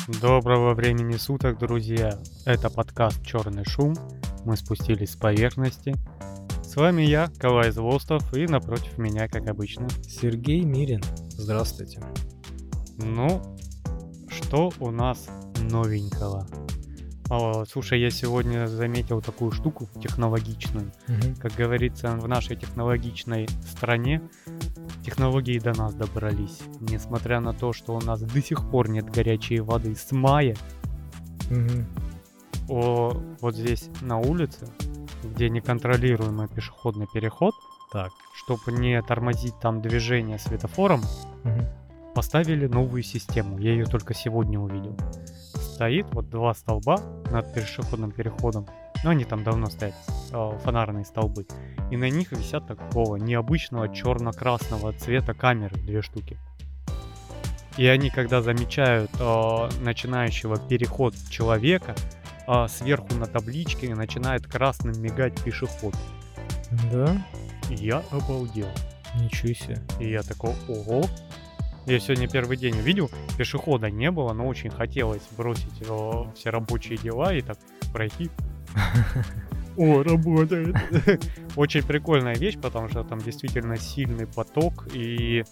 Доброго времени суток, друзья! Это подкаст «Черный шум». Мы спустились с поверхности. С вами я, Калай Злостов, и напротив меня, как обычно. Сергей Мирин. Здравствуйте. Ну, что у нас новенького? Слушай, я сегодня заметил такую штуку технологичную. Как говорится, в нашей технологичной стране технологии до нас добрались. Несмотря на то, что у нас до сих пор нет горячей воды с мая. Вот здесь на улице, где неконтролируемый пешеходный переход, Так. чтобы не тормозить там движение светофором, поставили новую систему. Я ее только сегодня увидел. Стоит вот два столба над пешеходным переходом. Ну, они там давно стоят, фонарные столбы. И на них висят такого необычного черно-красного цвета камеры, 2 штуки. И они, когда замечают начинающего переход человека, сверху на табличке начинает красным мигать пешеход. Да? И я обалдел. Ничего себе. И я такой, ого. Я сегодня первый день увидел, пешехода не было, но очень хотелось бросить все рабочие дела и так пройти. О, работает. Очень прикольная вещь, потому что там действительно сильный поток и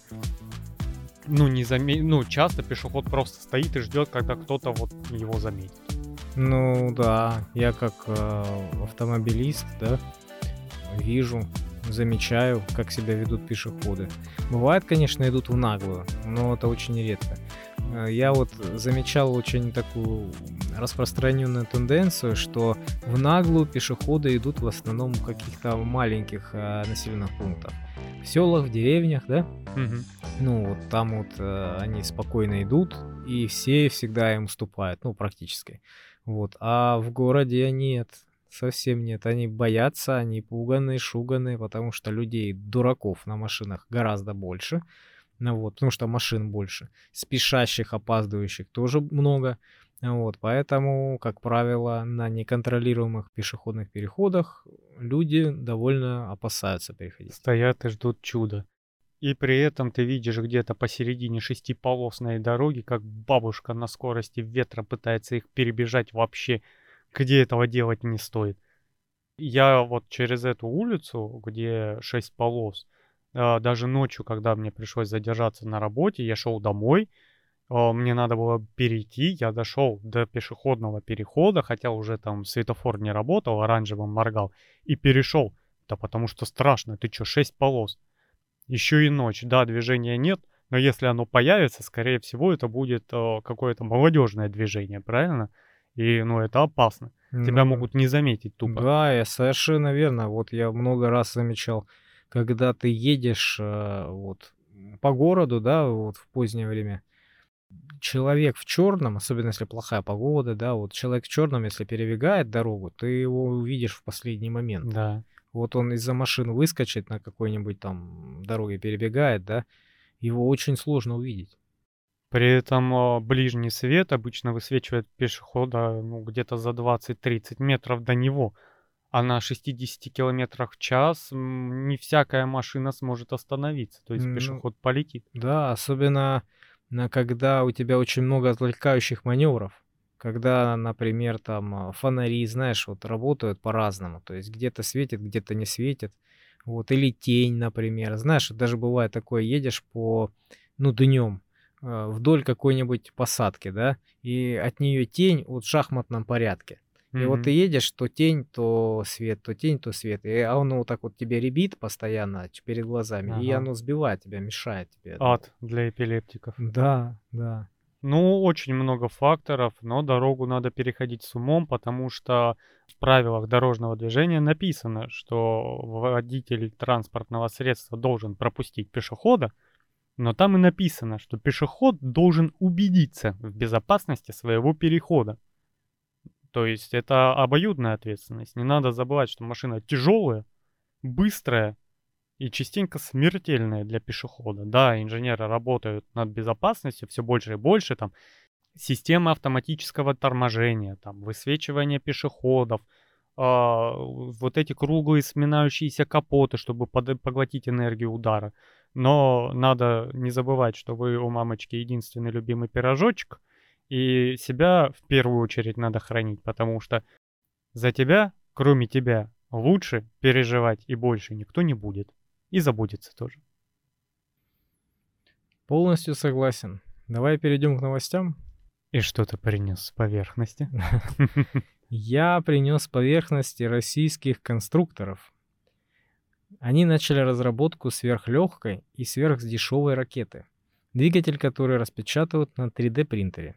часто пешеход просто стоит и ждет, когда кто-то вот его заметит. Ну да, я как автомобилист, да, вижу, замечаю, как себя ведут пешеходы. Бывает, конечно, идут в наглую, но это очень редко. Я вот замечал очень такую распространенную тенденцию, что в наглую пешеходы идут в основном в каких-то маленьких населенных пунктах. В селах, в деревнях, да? Ну, вот там вот они спокойно идут, и все всегда им уступают, ну, практически. Вот. А в городе нет, совсем нет. Они боятся, они пуганые, шуганые, потому что людей, дураков на машинах гораздо больше. Ну вот, потому что машин больше. Спешащих, опаздывающих тоже много. Вот, поэтому, как правило, на неконтролируемых пешеходных переходах люди довольно опасаются переходить. Стоят и ждут чуда. И при этом ты видишь где-то посередине 6-полосной дороги, как бабушка на скорости ветра пытается их перебежать вообще, где этого делать не стоит. Я вот через эту улицу, где 6 полос, даже ночью, когда мне пришлось задержаться на работе, я шел домой, мне надо было перейти, я дошел до пешеходного перехода, хотя уже там светофор не работал, оранжевым моргал, и перешел. Да потому что страшно, ты чё, 6 полос. Еще и ночь, да, движения нет, но если оно появится, скорее всего, это будет какое-то молодежное движение, правильно? И, это опасно. Тебя Ну, могут не заметить тупо. да, я совершенно верно. Вот я много раз замечал, когда ты едешь вот по городу, да, вот в позднее время, человек в черном, особенно если плохая погода, да, вот человек в черном, если перебегает дорогу, ты его увидишь в последний момент. Да. Вот он из-за машин выскочит на какой-нибудь там дороге, перебегает, да, его очень сложно увидеть. При этом ближний свет обычно высвечивает пешехода где-то за 20-30 метров до него. А на 60 километрах в час не всякая машина сможет остановиться. То есть Ну, пешеход полетит. да, особенно когда у тебя очень много отвлекающих маневров. Когда, например, там фонари, знаешь, вот работают по-разному. То есть где-то светит, где-то не светит. Вот, или тень, например. Знаешь, вот даже бывает такое, едешь днем, вдоль какой-нибудь посадки, да, и от нее тень вот в шахматном порядке. И вот ты Мгм. едешь, то тень, то свет, то тень, то свет. И оно вот так вот тебе рябит постоянно перед глазами, и Ага. оно сбивает тебя, мешает тебе. Ну, Ад для эпилептиков. да, да. Очень много факторов, но дорогу надо переходить с умом, потому что в правилах дорожного движения написано, что водитель транспортного средства должен пропустить пешехода, но там и написано, что пешеход должен убедиться в безопасности своего перехода. То есть это обоюдная ответственность. Не надо забывать, что машина тяжелая, быстрая и частенько смертельная для пешехода. Да, инженеры работают над безопасностью все больше и больше, там система автоматического торможения, там высвечивание пешеходов, вот эти круглые сминающиеся капоты, чтобы поглотить энергию удара. Но надо не забывать, что вы у мамочки единственный любимый пирожочек, И себя в первую очередь надо хранить, потому что за тебя, кроме тебя, лучше переживать и больше никто не будет. И заботиться тоже. Полностью согласен. Давай перейдем к новостям. И что ты принес с поверхности? Я принес с поверхности российских конструкторов. Они начали разработку сверхлегкой и сверхдешевой ракеты. Двигатель, который распечатывают на 3D принтере.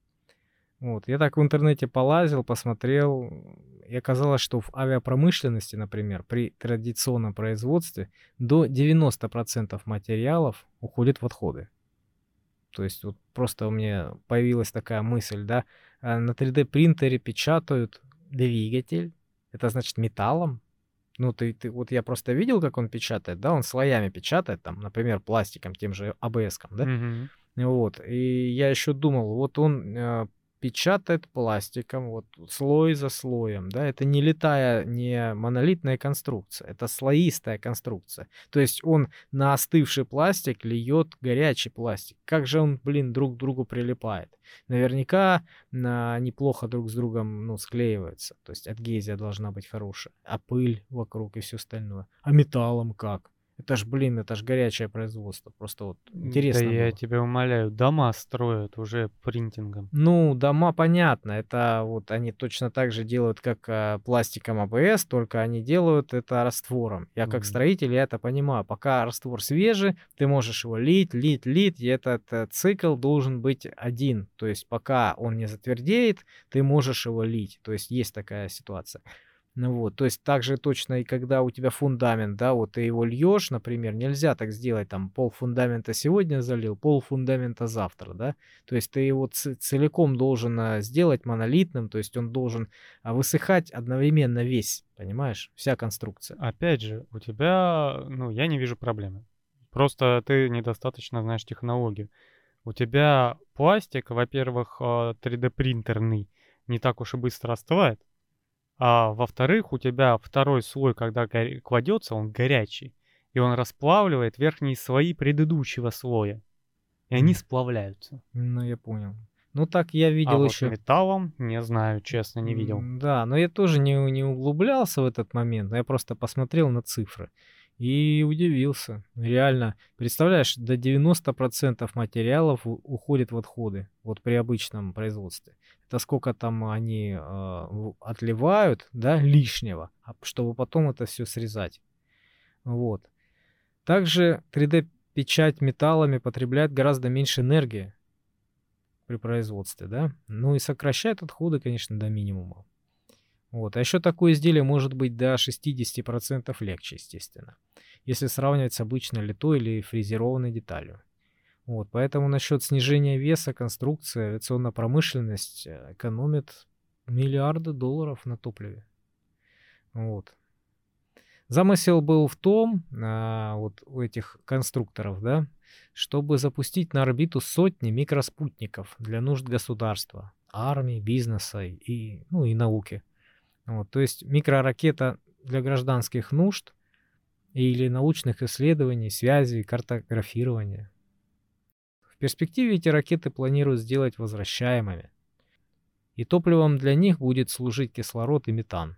Вот. Я так в интернете полазил, посмотрел, и оказалось, что в авиапромышленности, например, при традиционном производстве до 90% материалов уходит в отходы. То есть вот просто у меня появилась такая мысль, да, на 3D принтере печатают двигатель, это значит металлом. Ну, вот я просто видел, как он печатает, да, он слоями печатает, там, например, пластиком, тем же АБС-ком, да. Мгм. Вот, и я еще думал, вот он печатает пластиком, вот слой за слоем, да, это не монолитная конструкция, это слоистая конструкция. То есть он на остывший пластик льет горячий пластик. Как же он, блин, друг к другу прилипает? Наверняка неплохо друг с другом, ну, склеиваются. То есть адгезия должна быть хорошая, а пыль вокруг и все остальное. А металлом как? Это ж, блин, это ж горячее производство. Просто вот Да интересно я было. тебя умоляю, дома строят уже принтингом. Ну, дома, понятно, это вот они точно так же делают, как пластиком АБС, только они делают это раствором. Я как Мгм. строитель, я это понимаю. Пока раствор свежий, ты можешь его лить, и этот цикл должен быть один. То есть пока он не затвердеет, ты можешь его лить. То есть есть такая ситуация. Ну вот, то есть так же точно и когда у тебя фундамент, да, вот ты его льешь, например, нельзя так сделать, там, полфундамента сегодня залил, полфундамента завтра, да, то есть ты его целиком должен сделать монолитным, то есть он должен высыхать одновременно весь, понимаешь, вся конструкция. Опять же, у тебя, ну, я не вижу проблемы. Просто ты недостаточно знаешь технологию. У тебя пластик, во-первых, 3D-принтерный, не так уж и быстро остывает. А во-вторых, у тебя второй слой, когда кладется, он горячий. И он расплавливает верхние слои предыдущего слоя. И они М, сплавляются. Ну, я понял. Ну, так я А видел вот еще. металлом, не знаю, честно, не видел. Да, но я тоже не углублялся в этот момент, я просто посмотрел на цифры и удивился. Реально, представляешь, до 90% материалов уходит в отходы, вот при обычном производстве. Это сколько там они отливают, да, лишнего, чтобы потом это все срезать. Вот. Также 3D-печать металлами потребляет гораздо меньше энергии при производстве, да, ну и сокращает отходы, конечно, до минимума. Вот. А еще такое изделие может быть до 60% легче, естественно, если сравнивать с обычной литой или фрезерованной деталью. Вот. Поэтому насчет снижения веса конструкции авиационная промышленность экономит миллиарды долларов на топливе. Вот. Замысел был в том, вот у этих конструкторов, да, чтобы запустить на орбиту сотни микроспутников для нужд государства, армии, бизнеса ну, и науки. Вот, то есть микроракета для гражданских нужд или научных исследований, связи, картографирования. В перспективе эти ракеты планируют сделать возвращаемыми. И топливом для них будет служить кислород и метан.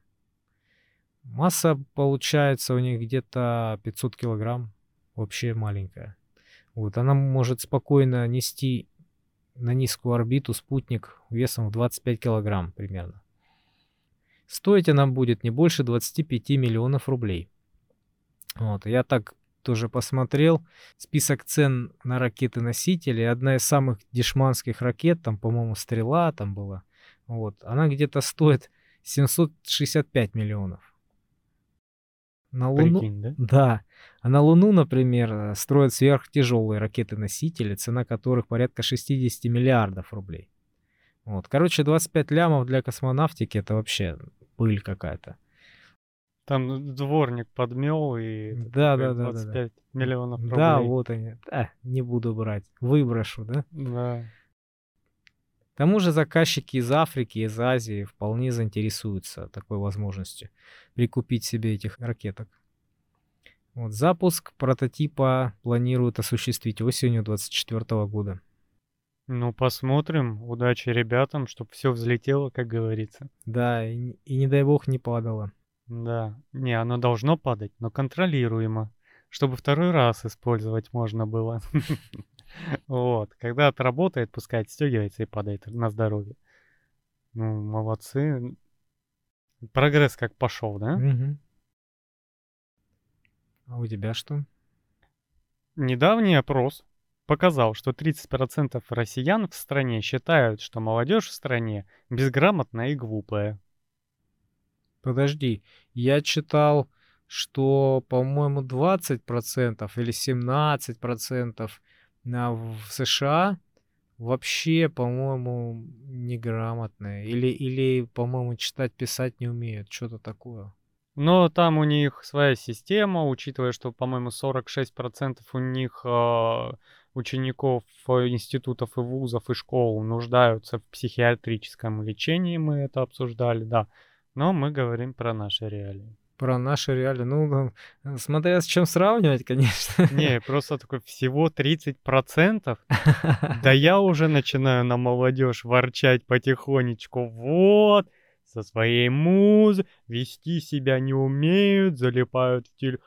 Масса получается у них где-то 500 килограмм. Вообще маленькая. Вот, она может спокойно нести на низкую орбиту спутник весом в 25 килограмм примерно. Стоить она будет не больше 25 миллионов рублей. Вот, я так тоже посмотрел список цен на ракеты-носители. Одна из самых дешманских ракет, там, по-моему, «Стрела» там была. Вот, она где-то стоит 765 миллионов. На Луну, Прикинь, да? да, а на Луну, например, строят сверхтяжелые ракеты-носители, цена которых порядка 60 миллиардов рублей. Вот, короче, 25 лямов для космонавтики — это вообще пыль какая-то. Там дворник подмел и Да, такой да, да, да, да. 25 миллионов Да, рублей. вот они. Не буду брать. Выброшу, да? Да. К тому же заказчики из Африки, из Азии вполне заинтересуются такой возможностью прикупить себе этих ракеток. Вот, запуск прототипа планируют осуществить осенью 2024 года. Ну, посмотрим. Удачи ребятам, чтобы все взлетело, как говорится. Да, и не дай бог не падало. Да. Не, оно должно падать, но контролируемо, чтобы второй раз использовать можно было. Вот. Когда отработает, пускай отстегивается и падает на здоровье. Ну, молодцы. Прогресс как пошел, да? Мгм. А у тебя что? Недавний опрос показал, что 30% россиян в стране считают, что молодежь в стране безграмотная и глупая. Подожди, я читал, что, по-моему, 20% или 17% в США вообще, по-моему, неграмотные. Или, по-моему, читать, писать не умеют. Что-то такое. Но там у них своя система, учитывая, что, по-моему, 46% у них учеников институтов и вузов и школ нуждаются в психиатрическом лечении, мы это обсуждали, да. Но мы говорим про наши реалии. Про наши реалии. Ну, смотря с чем сравнивать, конечно. Не, просто такой всего 30%. Да я уже начинаю на молодежь ворчать потихонечку. Вот, со своей вести себя не умеют, залипают в теле.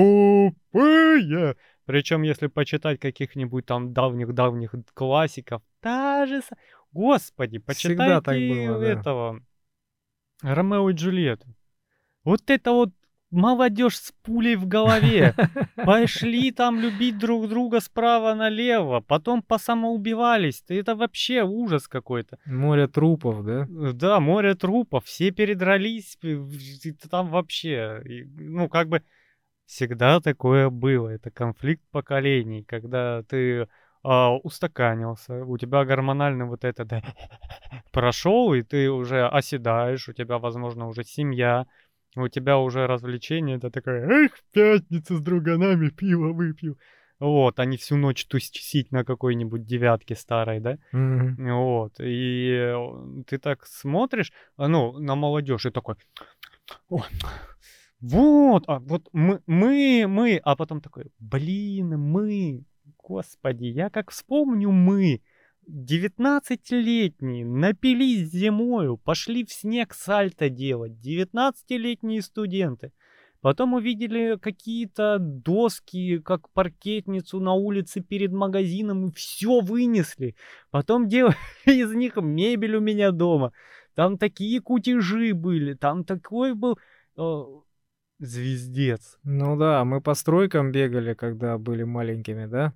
Тупые! Причем, если почитать каких-нибудь там давних-давних классиков, Господи, Всегда так почитайте было, да. этого Ромео и Джульетту. Вот это вот молодежь с пулей в голове. Пошли там любить друг друга справа налево, потом посамоубивались. Это вообще ужас какой-то. Море трупов, да? Да, море трупов, все передрались, там вообще, ну, как бы всегда такое было. Это конфликт поколений, когда ты устаканился, у тебя гормональный вот это да, прошел, и ты уже оседаешь, у тебя, возможно, уже семья, у тебя уже развлечение, это такое, эх, в пятницу с друганами пиво выпью. Вот, а не всю ночь тусить на какой-нибудь девятке старой, да? Мгм. Вот, и ты так смотришь, ну, на молодежь и такой, «Ой, вот, а вот мы, а потом такой, блин, мы, господи, я как вспомню мы, 19-летние, напились зимою, пошли в снег сальто делать, 19-летние студенты. Потом увидели какие-то доски, как паркетницу на улице перед магазином, и все вынесли. Потом делали из них мебель у меня дома. Там такие кутежи были, там такой был э, звездец. Ну да, мы по стройкам бегали, когда были маленькими, да?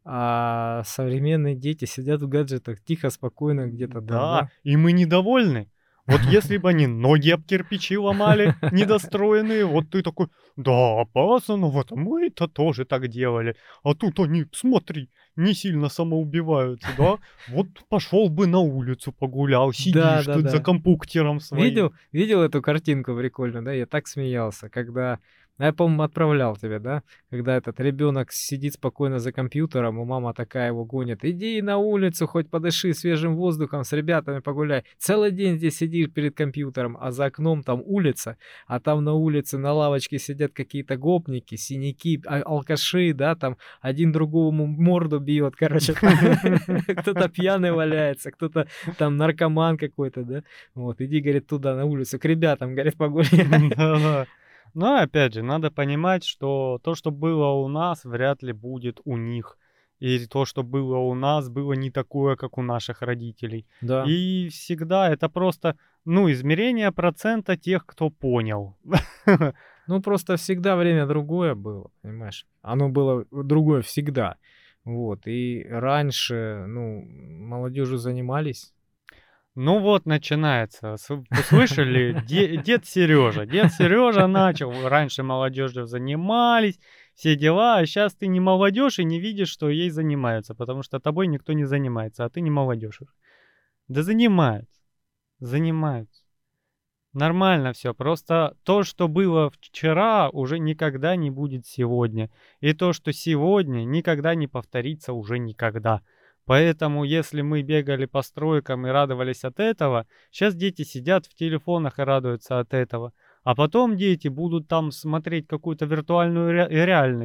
А современные дети сидят в гаджетах тихо, спокойно где-то там, Да, да? и мы недовольны. Вот если бы они ноги об кирпичи ломали, недостроенные, вот ты такой, да, опасно, но вот мы-то тоже так делали. А тут они, смотри, не сильно самоубиваются, да? Вот пошел бы на улицу погулял, сидишь тут за Да-да-да. компьютером своим. Видел эту картинку прикольно, да? Я так смеялся, когда, я, по-моему, отправлял тебе, да? Когда этот ребенок сидит спокойно за компьютером, и мама такая его гонит: иди на улицу, хоть подыши свежим воздухом, с ребятами погуляй. Целый день здесь сидишь перед компьютером, а за окном там улица, а там на улице на лавочке сидят какие-то гопники, синяки, алкаши, да, там один другому морду бьет, короче, кто-то пьяный валяется, кто-то там наркоман какой-то, да. Вот, иди, говорит, туда, на улицу, к ребятам, говорит, погуляй. Да-да. Но опять же, надо понимать, что то, что было у нас, вряд ли будет у них. И то, что было у нас, было не такое, как у наших родителей. Да. И всегда это просто, ну, измерение процента тех, кто понял. Ну, просто всегда время другое было, понимаешь? Оно было другое всегда. Вот, и раньше, ну, молодежью занимались. Ну вот начинается. Слышали? Дед Сережа. Дед Сережа начал. Раньше молодежью занимались, все дела, а сейчас ты не молодежь и не видишь, что ей занимаются, потому что тобой никто не занимается, а ты не молодежь уже. Да занимаются, занимаются. Нормально все. Просто то, что было вчера, уже никогда не будет сегодня. И то, что сегодня, никогда не повторится уже никогда. Поэтому, если мы бегали по стройкам и радовались от этого, сейчас дети сидят в телефонах и радуются от этого. А потом дети будут там смотреть какую-то виртуальную реальность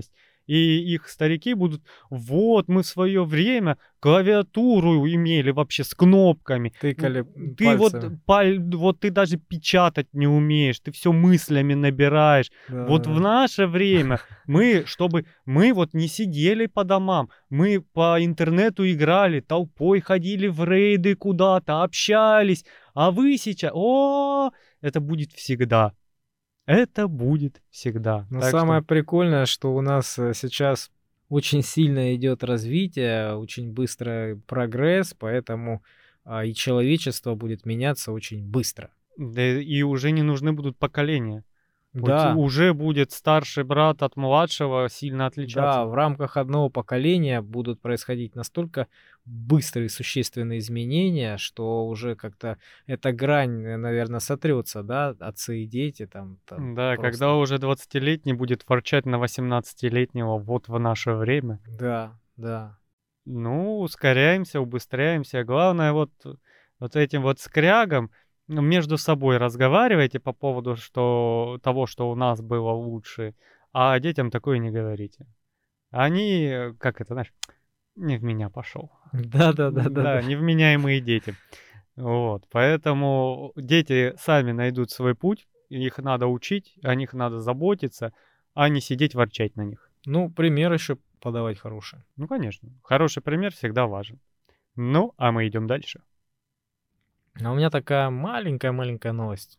И их старики будут: вот, мы в свое время клавиатуру имели вообще с кнопками. Тыкали Ты вот, пальцами. вот ты даже печатать не умеешь, ты все мыслями набираешь. Вот в Да. наше время мы вот не сидели по домам, мы по интернету играли, толпой ходили в рейды куда-то, общались. А вы сейчас, это будет всегда. Это будет всегда. Но Так что самое прикольное, что у нас сейчас очень сильно идет развитие, очень быстрый прогресс, поэтому и человечество будет меняться очень быстро. да и уже не нужны будут поколения. Да, Уже будет старший брат от младшего сильно да, отличаться. в рамках одного поколения будут происходить настолько быстрые существенные изменения, что уже как-то эта грань, наверное, сотрется, да, отцы и дети там Да, когда просто. уже 20-летний будет ворчать на 18-летнего вот в наше время. Да, да. Ну, ускоряемся, убыстряемся. Главное, вот этим вот скрягам между собой разговаривайте по поводу того, что у нас было лучше, а детям такое не говорите. Они, как это, знаешь, не в меня пошел. Да-да-да-да-да. Да, невменяемые дети. Вот, поэтому дети сами найдут свой путь, их надо учить, о них надо заботиться, а не сидеть ворчать на них. Ну, пример еще подавать хороший. Ну, конечно, хороший пример всегда важен. Ну, а мы идем дальше. А у меня такая маленькая-маленькая новость.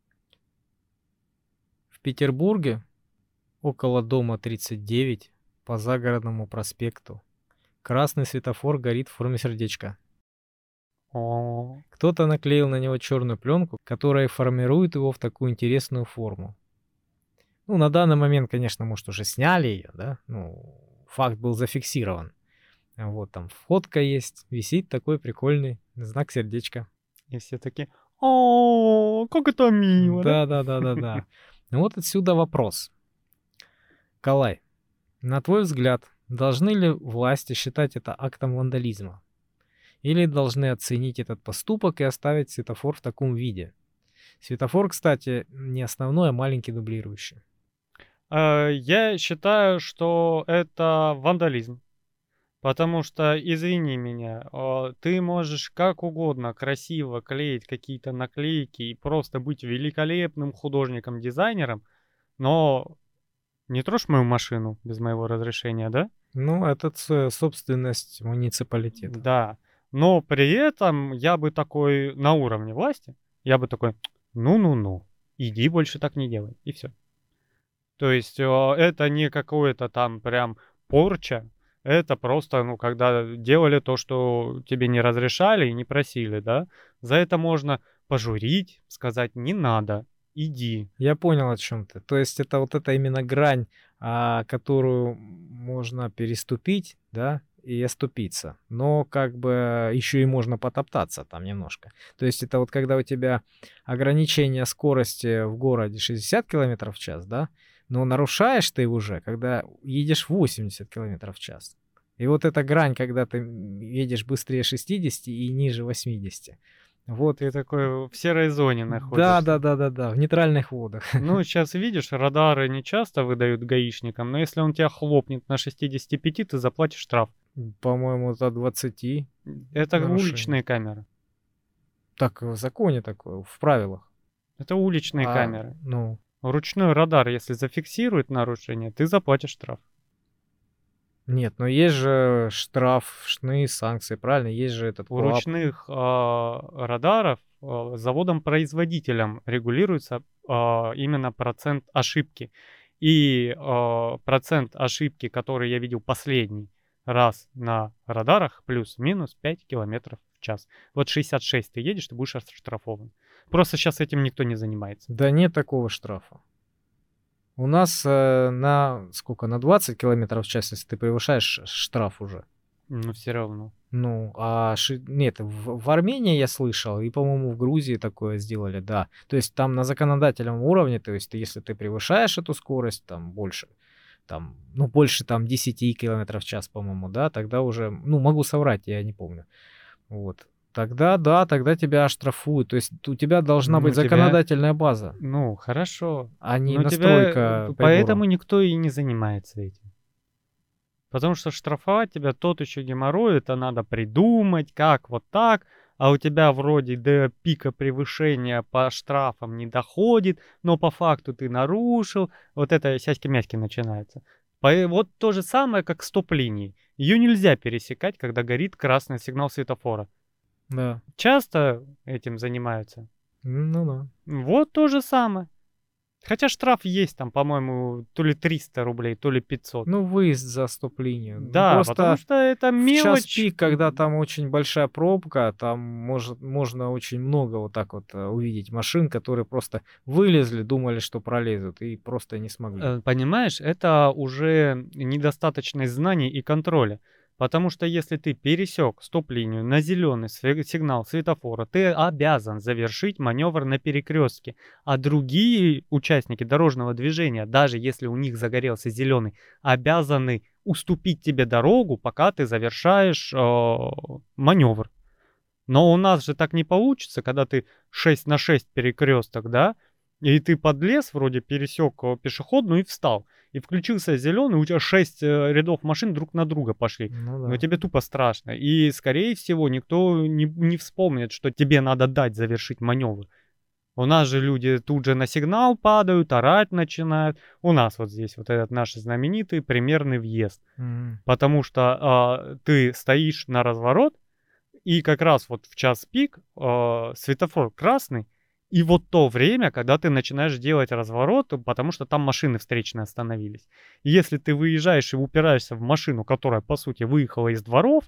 В Петербурге, около дома 39, по Загородному проспекту, красный светофор горит в форме сердечка. О, Кто-то наклеил на него черную пленку, которая формирует его в такую интересную форму. Ну, на данный момент, конечно, может, уже сняли ее, да? Ну, факт был зафиксирован. Вот там фотка есть, висит такой прикольный знак сердечка. и все таки как это мило, да? Да-да-да-да-да. Ну вот отсюда вопрос. Калай, на твой взгляд, должны ли власти считать это актом вандализма? Или должны оценить этот поступок и оставить светофор в таком виде? Светофор, кстати, не основной, а маленький дублирующий. Я считаю, что это вандализм. Потому что, извини меня, ты можешь как угодно красиво клеить какие-то наклейки и просто быть великолепным художником, дизайнером, но не трожь мою машину без моего разрешения, да? Ну, это собственность муниципалитета. Да. Но при этом я бы такой на уровне власти, я бы такой: ну-ну-ну, иди больше так не делай, и все. То есть это не какое-то там прям порча, это просто, ну, когда делали то, что тебе не разрешали и не просили, да. За это можно пожурить, сказать: не надо, иди. Я понял, о чем ты. То есть это вот эта именно грань, которую можно переступить, да, и оступиться. Но как бы еще и можно потоптаться там немножко. То есть это вот когда у тебя ограничение скорости в городе 60 километров в час, да, но нарушаешь ты уже, когда едешь 80 километров в час. И вот эта грань, когда ты едешь быстрее 60 и ниже 80. Вот. Ты такой в серой зоне Да, да, находишься. да, да, да, в нейтральных водах. Ну, сейчас видишь, радары не часто выдают гаишникам, но если он тебя хлопнет на 65, ты заплатишь штраф. По-моему, до 20 Это нарушений. уличные камеры. Так, в законе такое, в правилах. Это уличные А, камеры. ну, Ручной радар, если зафиксирует нарушение, ты заплатишь штраф. нет, но есть же штрафные санкции, правильно? Есть же этот У КоАП. ручных радаров заводом-производителем регулируется именно процент ошибки. И процент ошибки, который я видел последний раз на радарах, плюс-минус 5 километров в час. Вот 66 ты едешь, ты будешь оштрафован. Просто сейчас этим никто не занимается. Да нет такого штрафа. У нас на сколько? На 20 километров в час, если ты превышаешь, штраф уже. Но все равно. Ну, нет, в Армении я слышал, и, по-моему, в Грузии такое сделали, да. То есть там на законодательном уровне, то есть если ты превышаешь эту скорость, там больше, там, ну, больше там 10 километров в час, по-моему, да, тогда уже, ну, могу соврать, я не помню. Вот. Тогда, да, тогда тебя оштрафуют. То есть у тебя должна быть Ну, тебя, законодательная база, ну, хорошо. а не Но тебя, настройка поэтому прибора. никто и не занимается этим. Потому что штрафовать тебя тот еще геморрой, это надо придумать, как вот так, а у тебя вроде до пика превышения по штрафам не доходит, но по факту ты нарушил, вот это сяськи-мяськи начинается. Вот то же самое, как стоп-линии. Ее нельзя пересекать, когда горит красный сигнал светофора. Да. Часто этим занимаются. Ну да. Вот то же самое. Хотя штраф есть там, по-моему, то ли 300 рублей, то ли 500. Ну, выезд за стоп-линию. Ну, Да, просто потому что это в час мелочь. пик, когда там очень большая пробка, там можно очень много вот так вот увидеть машин, которые просто вылезли, думали, что пролезут, и просто не смогли. Понимаешь, это уже недостаточность знаний и контроля. Потому что если ты пересек стоп-линию на зеленый сигнал светофора, ты обязан завершить маневр на перекрестке. А другие участники дорожного движения, даже если у них загорелся зеленый, обязаны уступить тебе дорогу, пока ты завершаешь маневр. Но у нас же так не получится, когда ты 6 на 6 перекресток, да, и ты подлез, вроде пересек пешеходную и встал. И включился зеленый, у тебя 6 рядов машин друг на друга пошли. Ну Но да. тебе тупо страшно. И, скорее всего, никто не вспомнит, что тебе надо дать завершить маневр. У нас же люди тут же на сигнал падают, орать начинают. У нас вот здесь вот этот наш знаменитый примерный въезд. Мгм. Потому что ты стоишь на разворот, и как раз вот в час пик светофор красный, и вот то время, когда ты начинаешь делать разворот, потому что там машины встречные остановились. И если ты выезжаешь и упираешься в машину, которая, по сути, выехала из дворов,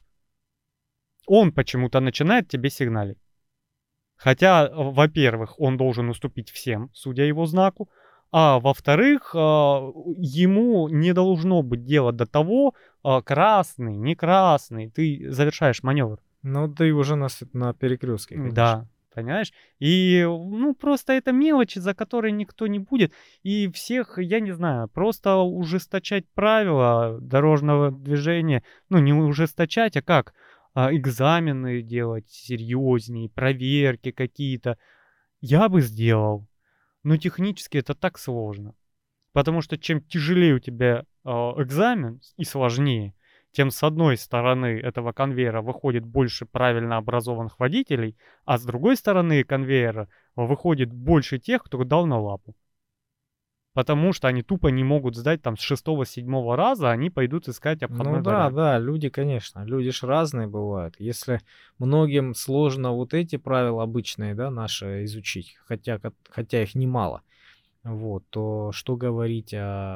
он почему-то начинает тебе сигналить. Хотя, во-первых, он должен уступить всем, судя его знаку, а во-вторых, ему не должно быть дела до того, красный, не красный, ты завершаешь маневр. Ну, ты уже на перекрестке, конечно. Да, понимаешь? И, ну, просто это мелочи, за которые никто не будет. И всех, я не знаю, просто ужесточать правила дорожного движения. Ну, не ужесточать, а как? Экзамены делать серьезнее, проверки какие-то. Я бы сделал. Но технически это так сложно. Потому что чем тяжелее у тебя экзамен и сложнее, тем с одной стороны этого конвейера выходит больше правильно образованных водителей, а с другой стороны конвейера выходит больше тех, кто дал на лапу. Потому что они тупо не могут сдать там с 6-7 раза, они пойдут искать обходной Ну да, вариант. да, люди, конечно, люди ж разные бывают. Если многим сложно вот эти правила обычные, да, наши изучить, хотя их немало, вот, то что говорить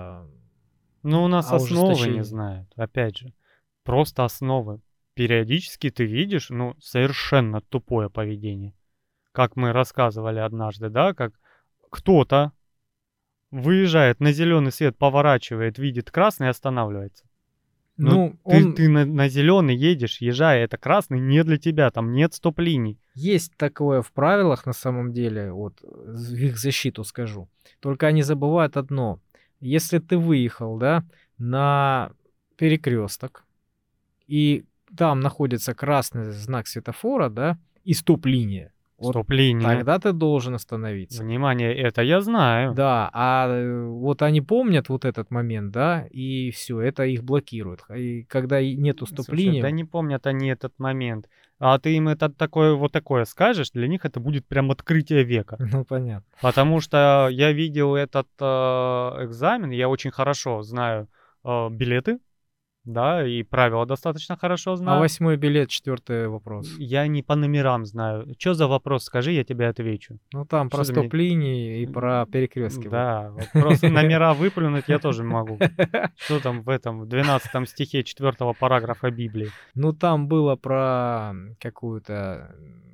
Но у нас о основы не ужесточении? знают, опять же. Просто основы. Периодически ты видишь, ну, совершенно тупое поведение. Как мы рассказывали однажды, да, как кто-то выезжает на зеленый свет, поворачивает, видит красный и останавливается. Но Ну, ты на зеленый едешь, езжай, это красный не для тебя, там нет стоп-линий. есть такое в правилах на самом деле, вот в их защиту скажу. Только они забывают одно. Если ты выехал, да, на перекресток, и там находится красный знак светофора, да, и стоп-линия, вот Стоп-линия. тогда ты должен остановиться. Внимание, это я знаю. Да, вот они помнят вот этот момент, да, и все, это их блокирует. И когда нету Слушай, стоп-линии, да не помнят они этот момент. А ты им это такое скажешь, для них это будет прям открытие века. ну понятно. Потому что я видел этот экзамен, я очень хорошо знаю билеты, да, и правила достаточно хорошо А знаю. 8 билет, 4 вопрос. Я не по номерам знаю. Что за вопрос, скажи, я тебе отвечу. Ну там про Что ты мне- стоп-линии и про перекрестки. вот. Да, вот просто номера выплюнуть я тоже могу. Что там в 12 стихе 4 параграфа Библии? Ну там было про какую-то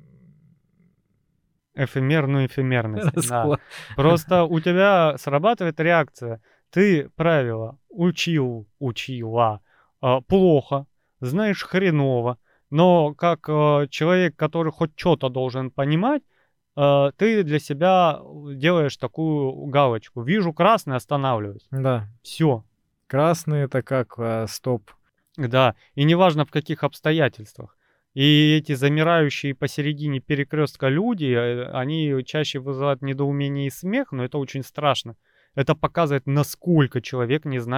Эфемерную эфемерность. Да. расклад. Просто у тебя срабатывает реакция. Ты правила учила плохо, знаешь хреново, но как человек, который хоть что-то должен понимать, ты для себя делаешь такую галочку. Вижу красный, останавливаюсь. Да. Все. Красный это как стоп. Да, и неважно в каких обстоятельствах. И эти замирающие посередине перекрестка люди, они чаще вызывают недоумение и смех, но это очень страшно. Это показывает, насколько человек не знает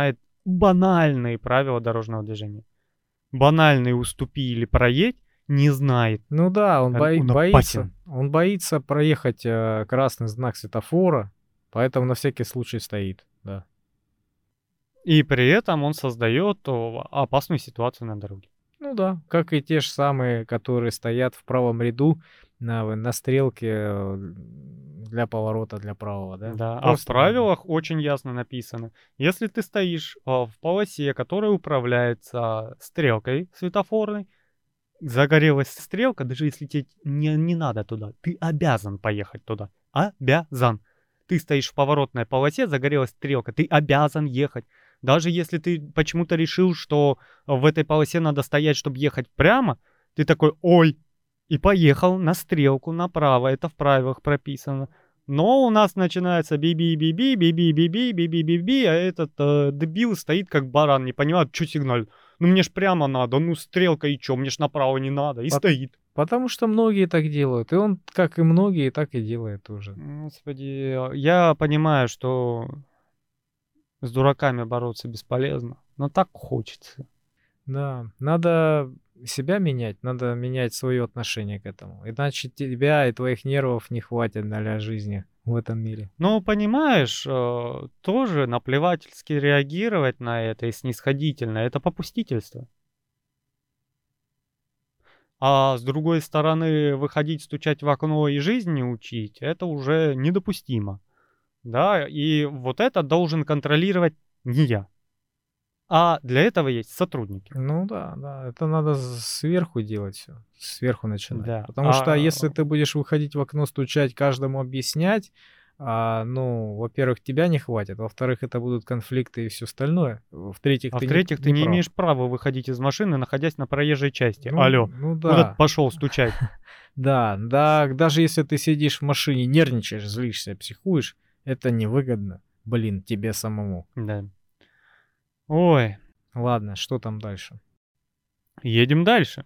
банальные правила дорожного движения. Банальные уступи или проедь не знает. Ну да, он Он боится. опасен. Он боится проехать красный знак светофора, поэтому на всякий случай стоит. Да. И при этом он создает опасную ситуацию на дороге. Ну да, как и те же самые, которые стоят в правом ряду на стрелке для поворота для правого, да? Да, а в Просто правилах очень ясно написано. Если ты стоишь в полосе, которая управляется стрелкой светофорной, загорелась стрелка, даже если тебе не надо туда, ты обязан поехать туда. Обязан. Ты стоишь в поворотной полосе, загорелась стрелка, ты обязан ехать. Даже если ты почему-то решил, что в этой полосе надо стоять, чтобы ехать прямо, ты такой, ой, и поехал на стрелку направо, это в правилах прописано. Но у нас начинается би-би-би-би, би-би-би-би, би-би-би-би, а этот дебил стоит как баран, не понимает, что сигналит. Ну мне ж прямо надо, ну стрелка и чё, мне ж направо не надо, и стоит. Потому что многие так делают. И он, как и многие, так и делает тоже. Господи, я понимаю, что с дураками бороться бесполезно, но так хочется. Да, надо себя менять, надо менять свое отношение к этому. Иначе тебя и твоих нервов не хватит для жизни в этом мире. Но понимаешь, тоже наплевательски реагировать на это и снисходительно, это попустительство. А с другой стороны, выходить, стучать в окно и жизнь не учить, это уже недопустимо. Да, и вот это должен контролировать не я. А для этого есть сотрудники. Ну да, да, это надо сверху делать все, сверху начинать. Да. Потому что если ты будешь выходить в окно, стучать, каждому объяснять, ну, во-первых, тебя не хватит, во-вторых, это будут конфликты и все остальное, в-третьих, А ты в-третьих, ты не не прав. имеешь права выходить из машины, находясь на проезжей части. Ну, Алло, ну куда ты да, пошел стучать? да, да, даже если ты сидишь в машине, нервничаешь, злишься, психуешь, это невыгодно, блин, тебе самому. Да. Ой, Ладно, что там дальше? едем дальше.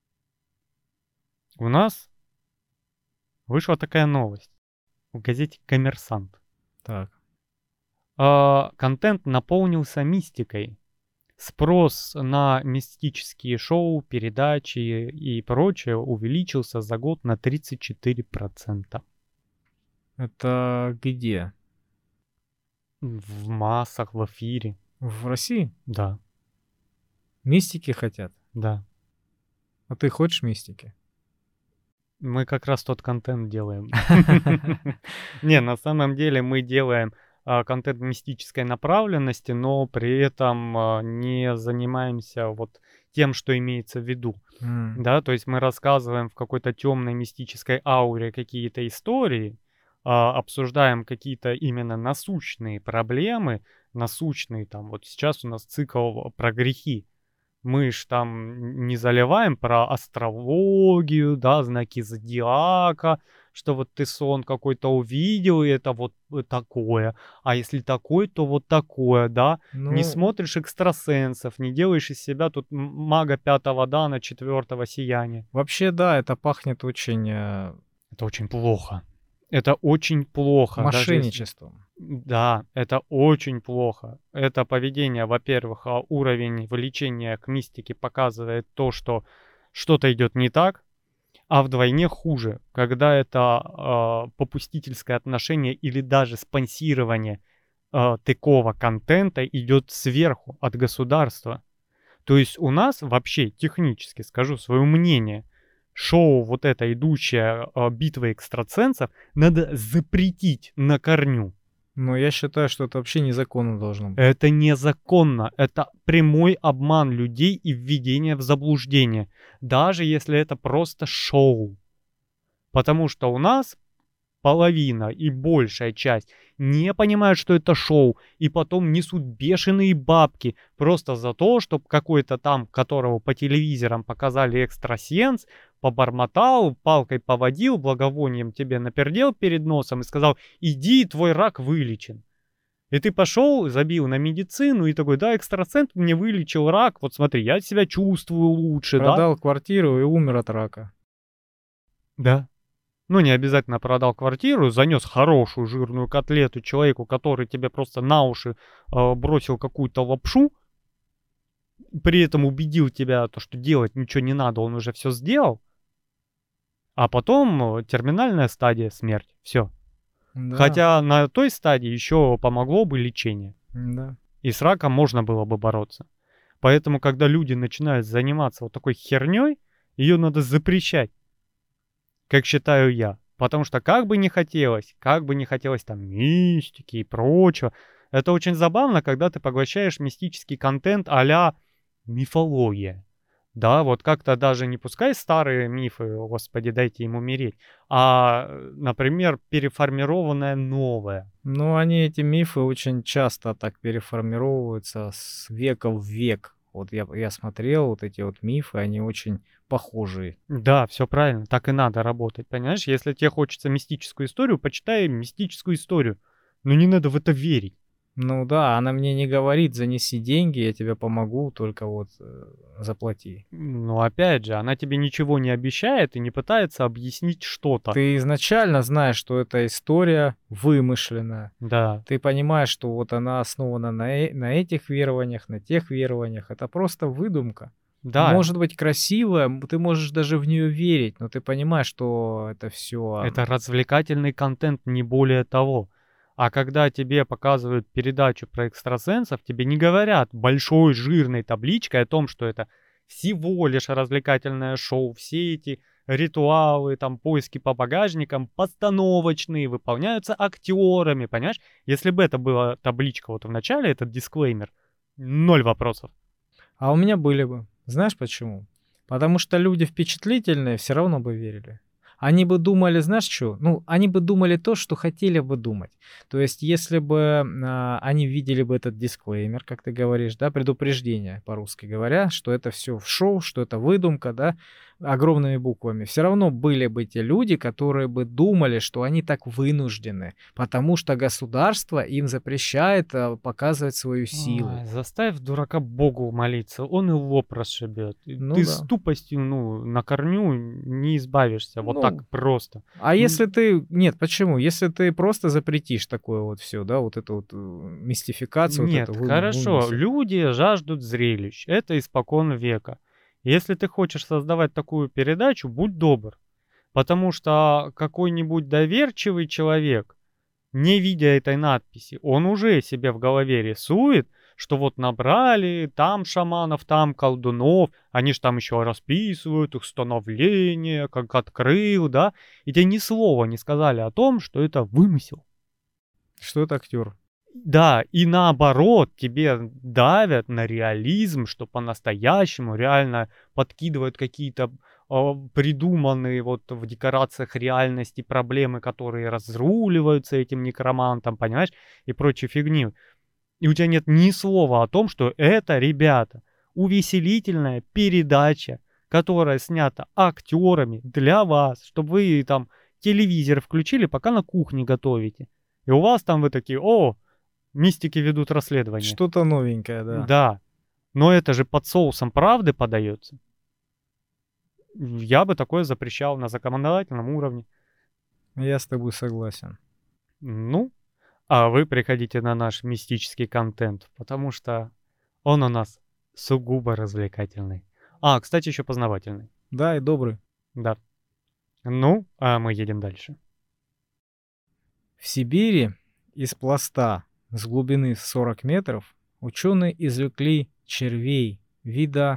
У нас вышла такая новость в газете «Коммерсант». Так, Контент наполнился мистикой. Спрос на мистические шоу, передачи и прочее увеличился за год на 34%. это где? В массах, в эфире. В России? Да, Мистики хотят? да. А ты хочешь мистики? Мы как раз тот контент делаем. Не, на самом деле мы делаем контент мистической направленности, но при этом не занимаемся вот тем, что имеется в виду. Да, то есть мы рассказываем в какой-то темной мистической ауре какие-то истории, обсуждаем какие-то именно насущные проблемы, насущные там, вот сейчас у нас цикл про грехи. Мы ж там не заливаем про астрологию, да, знаки зодиака, что вот ты сон какой-то увидел, и это вот такое. А если такой, то вот такое, да. Не Ну, смотришь экстрасенсов, не делаешь из себя тут мага 5-го дана, 4-го сияния. вообще, да, это пахнет очень Это очень плохо. Это очень плохо. Даже если- мошенничеством. Да, это очень плохо. Это поведение, во-первых, уровень влечения к мистике показывает то, что что-то идет не так, а вдвойне хуже, когда это попустительское отношение или даже спонсирование такого контента идет сверху, от государства. То есть у нас вообще технически, скажу свое мнение, шоу вот это идущее битва экстрасенсов надо запретить на корню. Но я считаю, что это вообще незаконно должно быть. Это незаконно. Это прямой обман людей и введение в заблуждение. Даже если это просто шоу. Потому что у нас половина и большая часть не понимают, что это шоу, и потом несут бешеные бабки просто за то, чтобы какой-то там, которого по телевизорам показали экстрасенс, побормотал, палкой поводил, благовонием тебе напердел перед носом и сказал: иди, твой рак вылечен. И ты пошел, забил на медицину и такой: да, экстрасенс мне вылечил рак, вот смотри, я себя чувствую лучше, да? Продал квартиру и умер от рака. Да. Ну, не обязательно продал квартиру, занес хорошую жирную котлету человеку, который тебе просто на уши бросил какую-то лапшу, при этом убедил тебя, то, что делать ничего не надо, он уже все сделал, а потом терминальная стадия — смерть. Все. Да, Хотя на той стадии еще помогло бы лечение, да. и с раком можно было бы бороться. Поэтому, когда люди начинают заниматься вот такой херней, ее надо запрещать, как считаю я. Потому что как бы не хотелось там мистики и прочего, это очень забавно, когда ты поглощаешь мистический контент а-ля мифология. Да, вот как-то даже не пускай старые мифы, о господи, дайте им умереть, а, например, переформированное новое. Ну, они, эти мифы, очень часто так переформировываются с века в век. Вот я смотрел вот эти вот мифы, они очень похожие. Да, все правильно, так и надо работать, понимаешь? Если тебе хочется мистическую историю, почитай мистическую историю. Но не надо в это верить. Ну да, она мне не говорит: "Занеси деньги, я тебе помогу, только вот, заплати". Но опять же, она тебе ничего не обещает и не пытается объяснить что-то. Ты изначально знаешь, что эта история вымышленная. Да, Ты понимаешь, что вот она основана на этих верованиях, на тех верованиях. Это просто выдумка. да, Может быть красивая, ты можешь даже в нее верить, но ты понимаешь, что это все. это развлекательный контент, не более того. А когда тебе показывают передачу про экстрасенсов, тебе не говорят большой жирной табличкой о том, что это всего лишь развлекательное шоу. Все эти ритуалы, там, поиски по багажникам постановочные, выполняются актерами, понимаешь? Если бы это была табличка вот в начале, этот дисклеймер, ноль вопросов. А у меня были бы. Знаешь почему? Потому что люди впечатлительные все равно бы верили. Они бы думали, знаешь что? Ну, они бы думали то, что хотели бы думать. То есть, если бы они видели бы этот дисклеймер, как ты говоришь, да, предупреждение, по-русски говоря, что это все в шоу, что это выдумка, да, огромными буквами, все равно были бы те люди, которые бы думали, что они так вынуждены, потому что государство им запрещает показывать свою силу. Ой, заставь дурака Богу молиться, он и лоб расшибет. И Ну ты с да. тупостью, ну, на корню не избавишься вот так Ну, просто. а М, если ты нет, почему? Если ты просто запретишь такое вот все, да, вот эту вот, мистификацию, вот это Нет, хорошо, вымысел. люди жаждут зрелищ, это испокон века. Если ты хочешь создавать такую передачу, будь добр, потому что какой-нибудь доверчивый человек, не видя этой надписи, он уже себе в голове рисует, что вот набрали там шаманов, там колдунов, они ж там еще расписывают их становление, как открыл, да, и тебе ни слова не сказали о том, что это вымысел. Что это актер? Да, и наоборот, тебе давят на реализм, что по-настоящему реально подкидывают какие-то придуманные вот в декорациях реальности проблемы, которые разруливаются этим некромантом, понимаешь, и прочей фигни. И у тебя нет ни слова о том, что это, ребята, увеселительная передача, которая снята актерами для вас, чтобы вы там телевизор включили, пока на кухне готовите. И у вас там вы такие: о, мистики ведут расследование. Что-то новенькое, да. Да, но это же под соусом правды подается. Я бы такое запрещал на законодательном уровне. Я с тобой согласен. Ну, а вы приходите на наш мистический контент, потому что он у нас сугубо развлекательный. А, кстати, еще познавательный. Да, и добрый. Да. Ну, а мы едем дальше. В Сибири из пласта с глубины в 40 метров ученые извлекли червей вида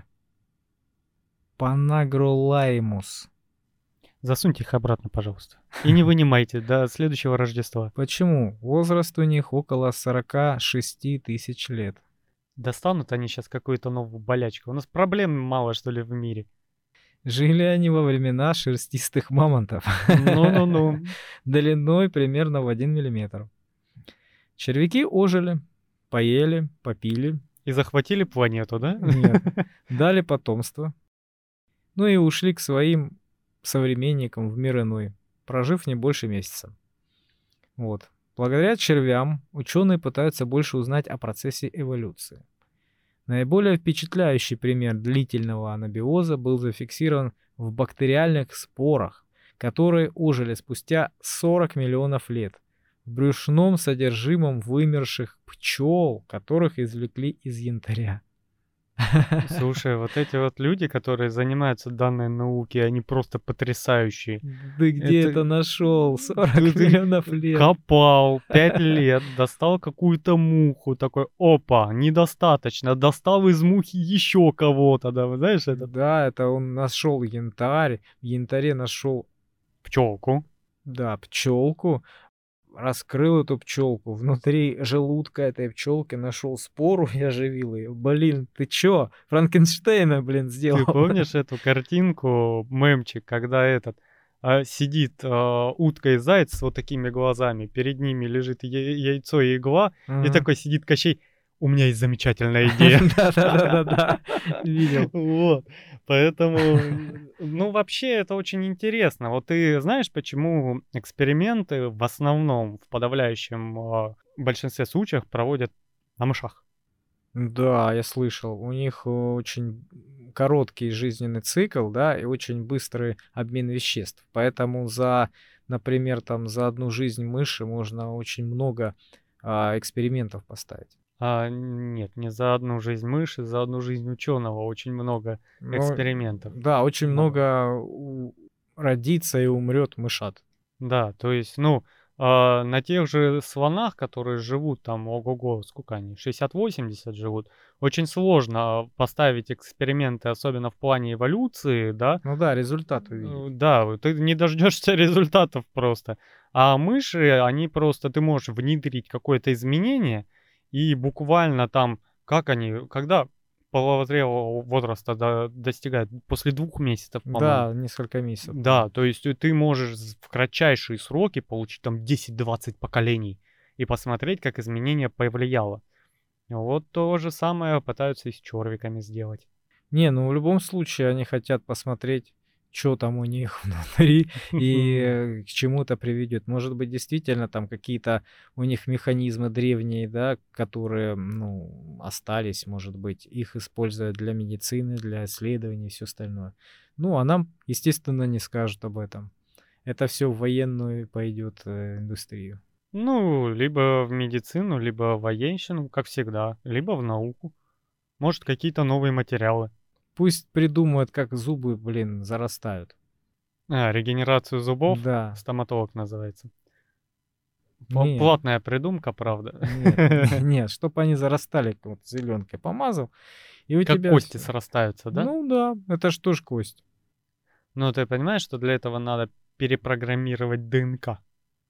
Панагролаймус. Засуньте их обратно, пожалуйста. И не вынимайте до следующего Рождества. Почему? Возраст у них около 46 тысяч лет. Достанут они сейчас какую-то новую болячку. У нас проблем мало, что ли, в мире. Жили они во времена шерстистых мамонтов. Ну-ну-ну. Длиной примерно в 1 миллиметр. Червяки ожили, поели, попили. И захватили планету, да? Нет. Дали потомство. Ну и ушли к своим современникам в мир иной, прожив не больше месяца. Вот. Благодаря червям ученые пытаются больше узнать о процессе эволюции. Наиболее впечатляющий пример длительного анабиоза был зафиксирован в бактериальных спорах, которые ожили спустя 40 миллионов лет в брюшном содержимом вымерших пчел, которых извлекли из янтаря. Слушай, вот эти вот люди, которые занимаются данной науки, они просто потрясающие. Ты где это нашел? 40 миллионов лет. Копал 5 лет, достал какую-то муху, такой, опа, недостаточно, достал из мухи еще кого-то, да, вы знаешь это? Да, это он нашел янтарь, в янтаре нашел, Пчелку. да, пчелку, раскрыл эту пчелку, внутри желудка этой пчелки нашел спору и оживил ее. Блин, ты чё? Франкенштейна, блин, сделал. Ты помнишь эту картинку, мемчик, когда сидит утка и заяц с вот такими глазами, перед ними лежит яйцо и игла, и такой сидит Кощей, у меня есть замечательная идея. Да-да-да, видел. Вот, поэтому, ну, вообще это очень интересно. Вот ты знаешь, почему эксперименты в основном, в подавляющем большинстве случаев проводят на мышах? Да, я слышал. У них очень короткий жизненный цикл, да, и очень быстрый обмен веществ. Поэтому например, там за одну жизнь мыши можно очень много экспериментов поставить. Нет, не за одну жизнь мыши, за одну жизнь ученого очень много Ну, экспериментов. да, очень Да. много родится и умрет мышат. Да, то есть, ну, на тех же слонах, которые живут там, ого-го, сколько они, 60-80 живут, очень сложно поставить эксперименты, особенно в плане эволюции, да. Ну да, результат увидеть. Да, ты не дождешься результатов просто. А мыши, они просто, ты можешь внедрить какое-то изменение, и буквально там, когда половозрелого возраста достигают? После 2 месяцев, по-моему. Да, несколько месяцев. Да, то есть ты можешь в кратчайшие сроки получить там 10-20 поколений и посмотреть, как изменение повлияло. Вот то же самое пытаются и с червяками сделать. Не, ну в любом случае они хотят посмотреть, что там у них внутри и к чему это приведет. Может быть, действительно там какие-то у них механизмы древние, да, которые, ну, остались, может быть, их используют для медицины, для исследований и все остальное. Ну, а нам, естественно, не скажут об этом. Это все в военную пойдет индустрию. Ну, либо в медицину, либо в военщину, как всегда, либо в науку. Может, какие-то новые материалы. Пусть придумают, как зубы, блин, зарастают. Регенерацию зубов, Да. стоматолог называется. Нет. Платная придумка, правда. Нет, чтобы они зарастали, вот зеленкой помазал, и у Как тебя кости всё. срастаются, да? Ну да, это ж тоже кость. Но ты понимаешь, что для этого надо перепрограммировать ДНК?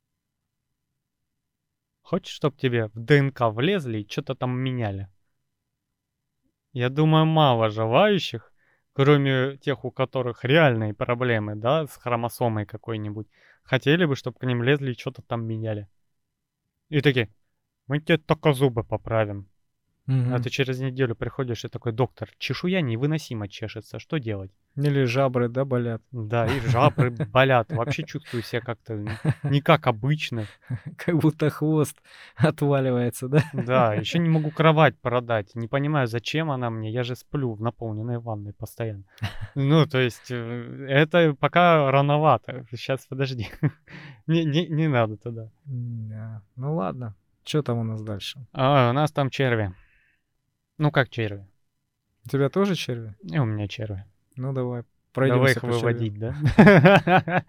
Хочешь, чтобы тебе в ДНК влезли и что-то там меняли? Я думаю, мало желающих, кроме тех, у которых реальные проблемы, да, с хромосомой какой-нибудь, хотели бы, чтобы к ним лезли и что-то там меняли. И такие, мы тебе только зубы поправим. А Мгм. ты через неделю приходишь и такой, доктор, чешуя невыносимо чешется, что делать? Или жабры, да, болят. Да, и жабры болят, вообще чувствую себя как-то не как обычно. Как будто хвост отваливается, да? Да, еще не могу кровать продать, не понимаю, зачем она мне, я же сплю в наполненной ванной постоянно. Ну, то есть, это пока рановато, сейчас подожди, не надо туда. Да. Ну ладно, что там у нас дальше? У нас там черви. Ну, как черви? У тебя тоже черви? И у меня черви. Ну давай, Давай пройдемся их по червям. выводить, да?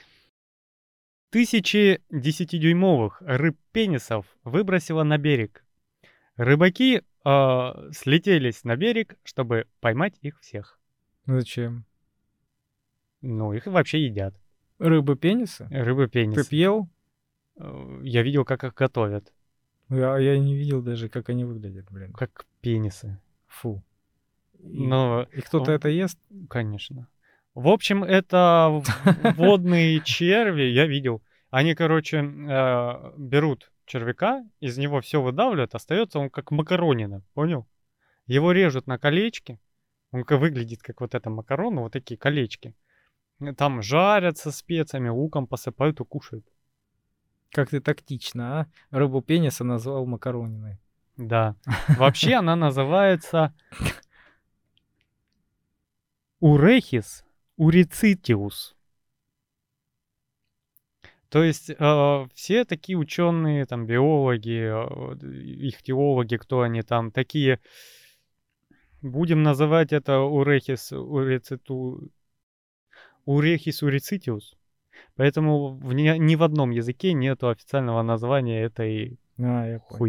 Тысячи 10-дюймовых рыб-пенисов выбросило на берег. Рыбаки слетелись на берег, чтобы поймать их всех. Зачем? Ну, их вообще едят. Рыбы-пенисы? Ты Рыбы-пенисы. пьел? Я видел, как их готовят. Я не видел даже, как они выглядят, блин. Как пенисы. Фу. Но, И кто-то это ест? конечно. В общем, это водные черви, я видел. Они, короче, берут червяка, из него все выдавливают, остается он как макаронина, понял? Его режут на колечки, он выглядит как вот это макароны, вот такие колечки. Там жарят со специями, луком посыпают и кушают. Как ты тактично, а? Рыбу пениса назвал макарониной. Да. Вообще она называется Урехис урицитиус. То есть все такие ученые, там, биологи, их теологи, кто они там, такие, будем называть это урехис урицитиус. Поэтому ни в одном языке нету официального названия этой Я понял. хуйни.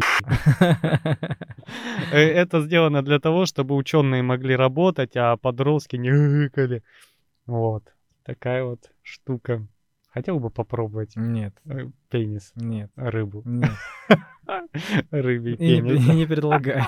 Это сделано для того, чтобы ученые могли работать, а подростки не гыкали. Вот. Такая вот штука. Хотел бы попробовать Нет, пенис, нет, рыбу. нет. Рыбий И не, пенис. не предлагай.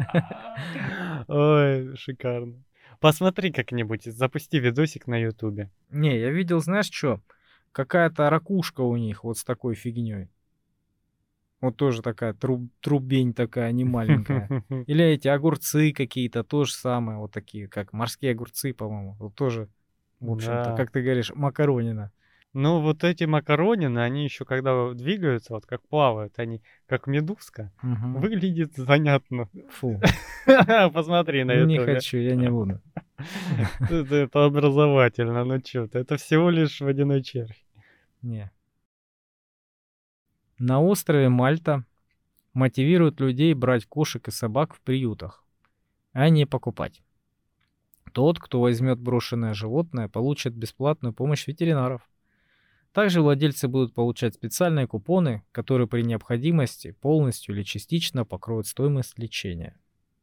Ой, шикарно. Посмотри как-нибудь, запусти видосик на ютубе. Не, я видел, знаешь что? Какая-то ракушка у них вот с такой фигней. Вот тоже такая трубень такая, не маленькая. Или эти огурцы какие-то, тоже самое, вот такие, как морские огурцы, по-моему. Вот тоже, в общем-то, Да. как ты говоришь, макаронина. Ну, вот эти макаронины, они еще когда двигаются, вот как плавают, они как медузка. Мгм. Выглядит занятно. Фу, Посмотри на не ютубе. хочу, я не буду. Это образовательно, ну чё ты, это всего лишь водяной червь. Не. На острове Мальта мотивируют людей брать кошек и собак в приютах, а не покупать. Тот, кто возьмет брошенное животное, получит бесплатную помощь ветеринаров. Также владельцы будут получать специальные купоны, которые при необходимости полностью или частично покроют стоимость лечения.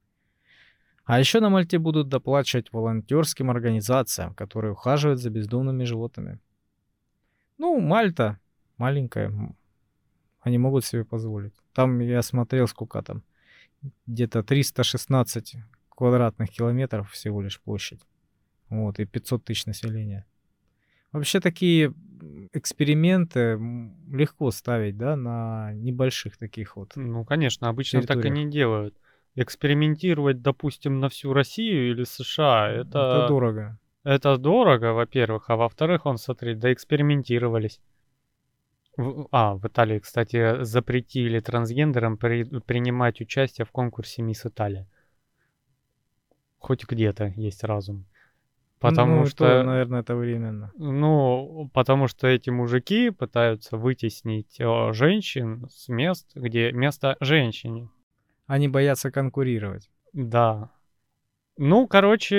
А еще на Мальте будут доплачивать волонтерским организациям, которые ухаживают за бездомными животными. Ну, Мальта маленькая, они могут себе позволить. Там я смотрел, сколько там, где-то 316 квадратных километров всего лишь площадь. Вот, и 500 тысяч населения. Вообще такие эксперименты легко ставить, да, на небольших таких вот Ну, конечно, обычно так и территориях. не делают. Экспериментировать, допустим, на всю Россию или США, Это дорого. это дорого, во-первых, а во-вторых, смотри, доэкспериментировались. В Италии, кстати, запретили трансгендерам принимать участие в конкурсе «Мисс Италия». Хоть где-то есть разум. Потому Ну, и то, что, наверное, это временно. потому что эти мужики пытаются вытеснить женщин с мест, где место женщине. Они боятся конкурировать. Да. Ну, короче,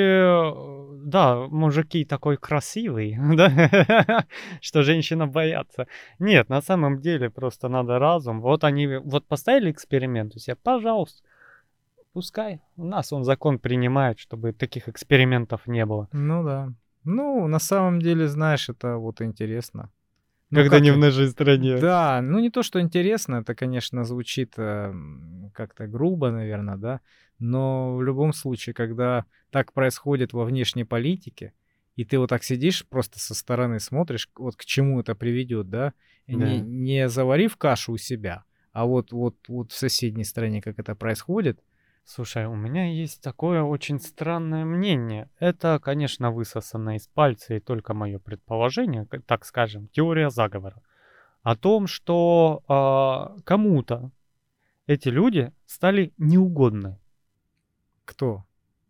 да, мужики такой красивый, да, что женщина боятся. Нет, на самом деле просто надо разум. Вот они вот поставили эксперимент у себя, пожалуйста, пускай. У нас он закон принимает, чтобы таких экспериментов не было. Ну да. Ну, на самом деле, знаешь, это вот интересно. Ну, Когда как не в не... нашей стране. Да, ну не то, что интересно, это, конечно, звучит как-то грубо, наверное, да, но в любом случае, когда так происходит во внешней политике, и ты вот так сидишь, просто со стороны смотришь, вот к чему это приведет, да, и Да. не заварив кашу у себя, а вот в соседней стране, как это происходит. Слушай, у меня есть такое очень странное мнение. Это, конечно, высосано из пальца и только мое предположение, так скажем, теория заговора. О том, что кому-то эти люди стали неугодны. Кто?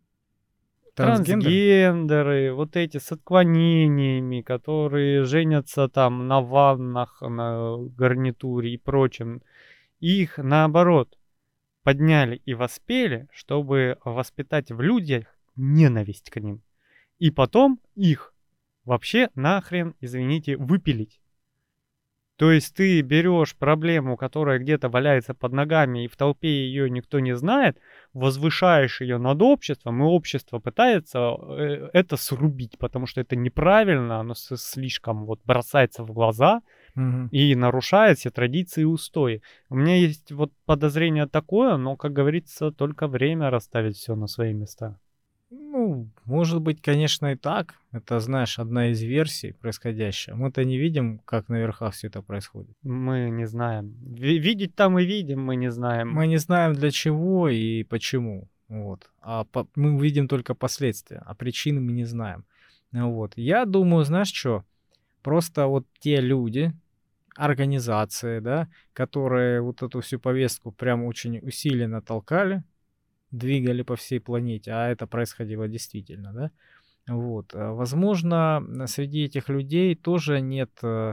Трансгендер? Трансгендеры, вот эти с отклонениями, которые женятся там на ваннах, на гарнитуре и прочем. Их, наоборот, подняли и воспели, чтобы воспитать в людях ненависть к ним. И потом их вообще нахрен, извините, выпилить. То есть ты берешь проблему, которая где-то валяется под ногами, и в толпе ее никто не знает, возвышаешь ее над обществом, и общество пытается это срубить, потому что это неправильно, оно слишком вот бросается в глаза Мгм. и нарушает все традиции и устои. У меня есть вот подозрение такое, но, как говорится, только время расставит все на свои места. Ну, может быть, конечно, и так. Это, знаешь, одна из версий происходящего. Мы-то не видим, как на верхах все это происходит. Мы не знаем. Видеть там и видим, мы не знаем. Мы не знаем для чего и почему. Вот. Мы видим только последствия, а причины мы не знаем. Вот. Я думаю, знаешь что? Просто вот те люди, организации, да, которые вот эту всю повестку прям очень усиленно толкали, двигали по всей планете, а это происходило действительно, да. Вот. Возможно, среди этих людей тоже нет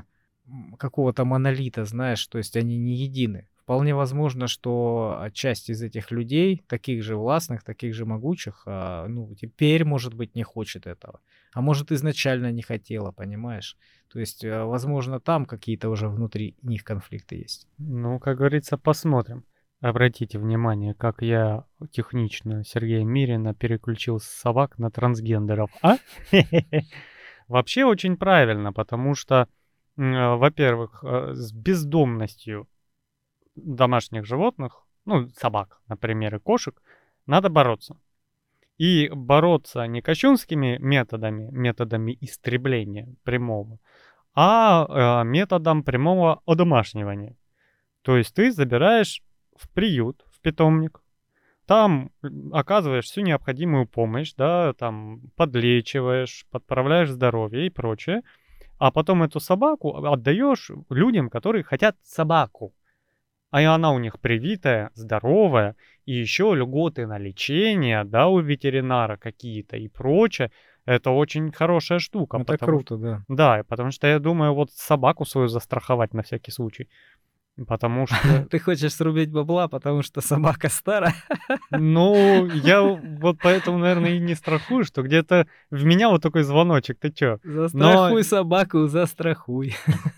какого-то монолита, знаешь, то есть они не едины. Вполне возможно, что часть из этих людей, таких же властных, таких же могучих, ну, теперь, может быть, не хочет этого. А может, изначально не хотела, понимаешь? То есть, возможно, там какие-то уже внутри них конфликты есть. Ну, как говорится, посмотрим. Обратите внимание, как я технично Сергея Мирина переключил с собак на трансгендеров, а? Вообще очень правильно, потому что, во-первых, с бездомностью домашних животных, ну, собак, например, и кошек, надо бороться. И бороться не кощунскими методами, методами истребления прямого, а методом прямого одомашнивания. То есть ты забираешь в приют, в питомник, там оказываешь всю необходимую помощь, да, там подлечиваешь, подправляешь здоровье и прочее, а потом эту собаку отдаешь людям, которые хотят собаку. А и она у них привитая, здоровая, и еще льготы на лечение, да, у ветеринара какие-то и прочее. Это очень хорошая штука, Это потому что... круто, да. Да, потому что я думаю, вот собаку свою застраховать на всякий случай. Потому что, Ты хочешь срубить бабла, потому что собака старая? ну, я вот поэтому, наверное, и не страхую, что где-то в меня вот такой звоночек, ты чё? Но Застрахуй собаку, застрахуй.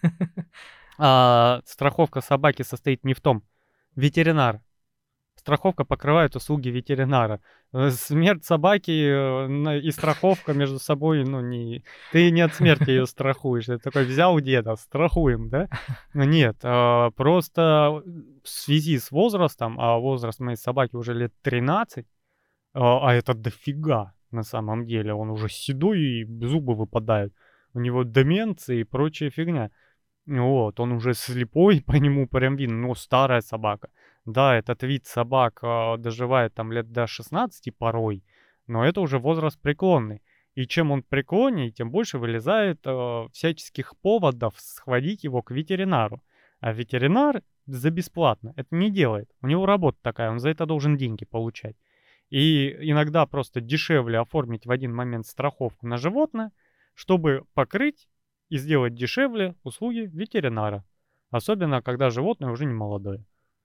страховка собаки состоит не в том. Ветеринар. Страховка покрывает услуги ветеринара. Смерть собаки, и страховка между собой, ну, не... Ты не от смерти ее страхуешь. Ты такой взял у деда, страхуем, да? Нет, просто в связи с возрастом, а возраст моей собаки уже лет 13, а это дофига на самом деле. Он уже седой и зубы выпадают. У него деменция и прочая фигня. Вот, он уже слепой, по нему прям видно, но старая собака. Да, этот вид собак доживает там лет до 16 порой, но это уже возраст преклонный. И чем он преклоннее, тем больше вылезает всяческих поводов схватить его к ветеринару. А ветеринар за бесплатно это не делает. У него работа такая, он за это должен деньги получать. И иногда просто дешевле оформить в один момент страховку на животное, чтобы покрыть и сделать дешевле услуги ветеринара. Особенно, когда животное уже не молодое.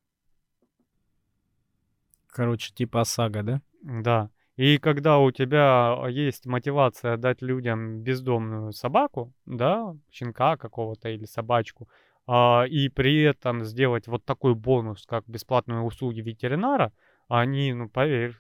Короче, типа ОСАГО, да? Да. И когда у тебя есть мотивация дать людям бездомную собаку, да, щенка какого-то или собачку, и при этом сделать вот такой бонус, как бесплатные услуги ветеринара, они, ну, поверь,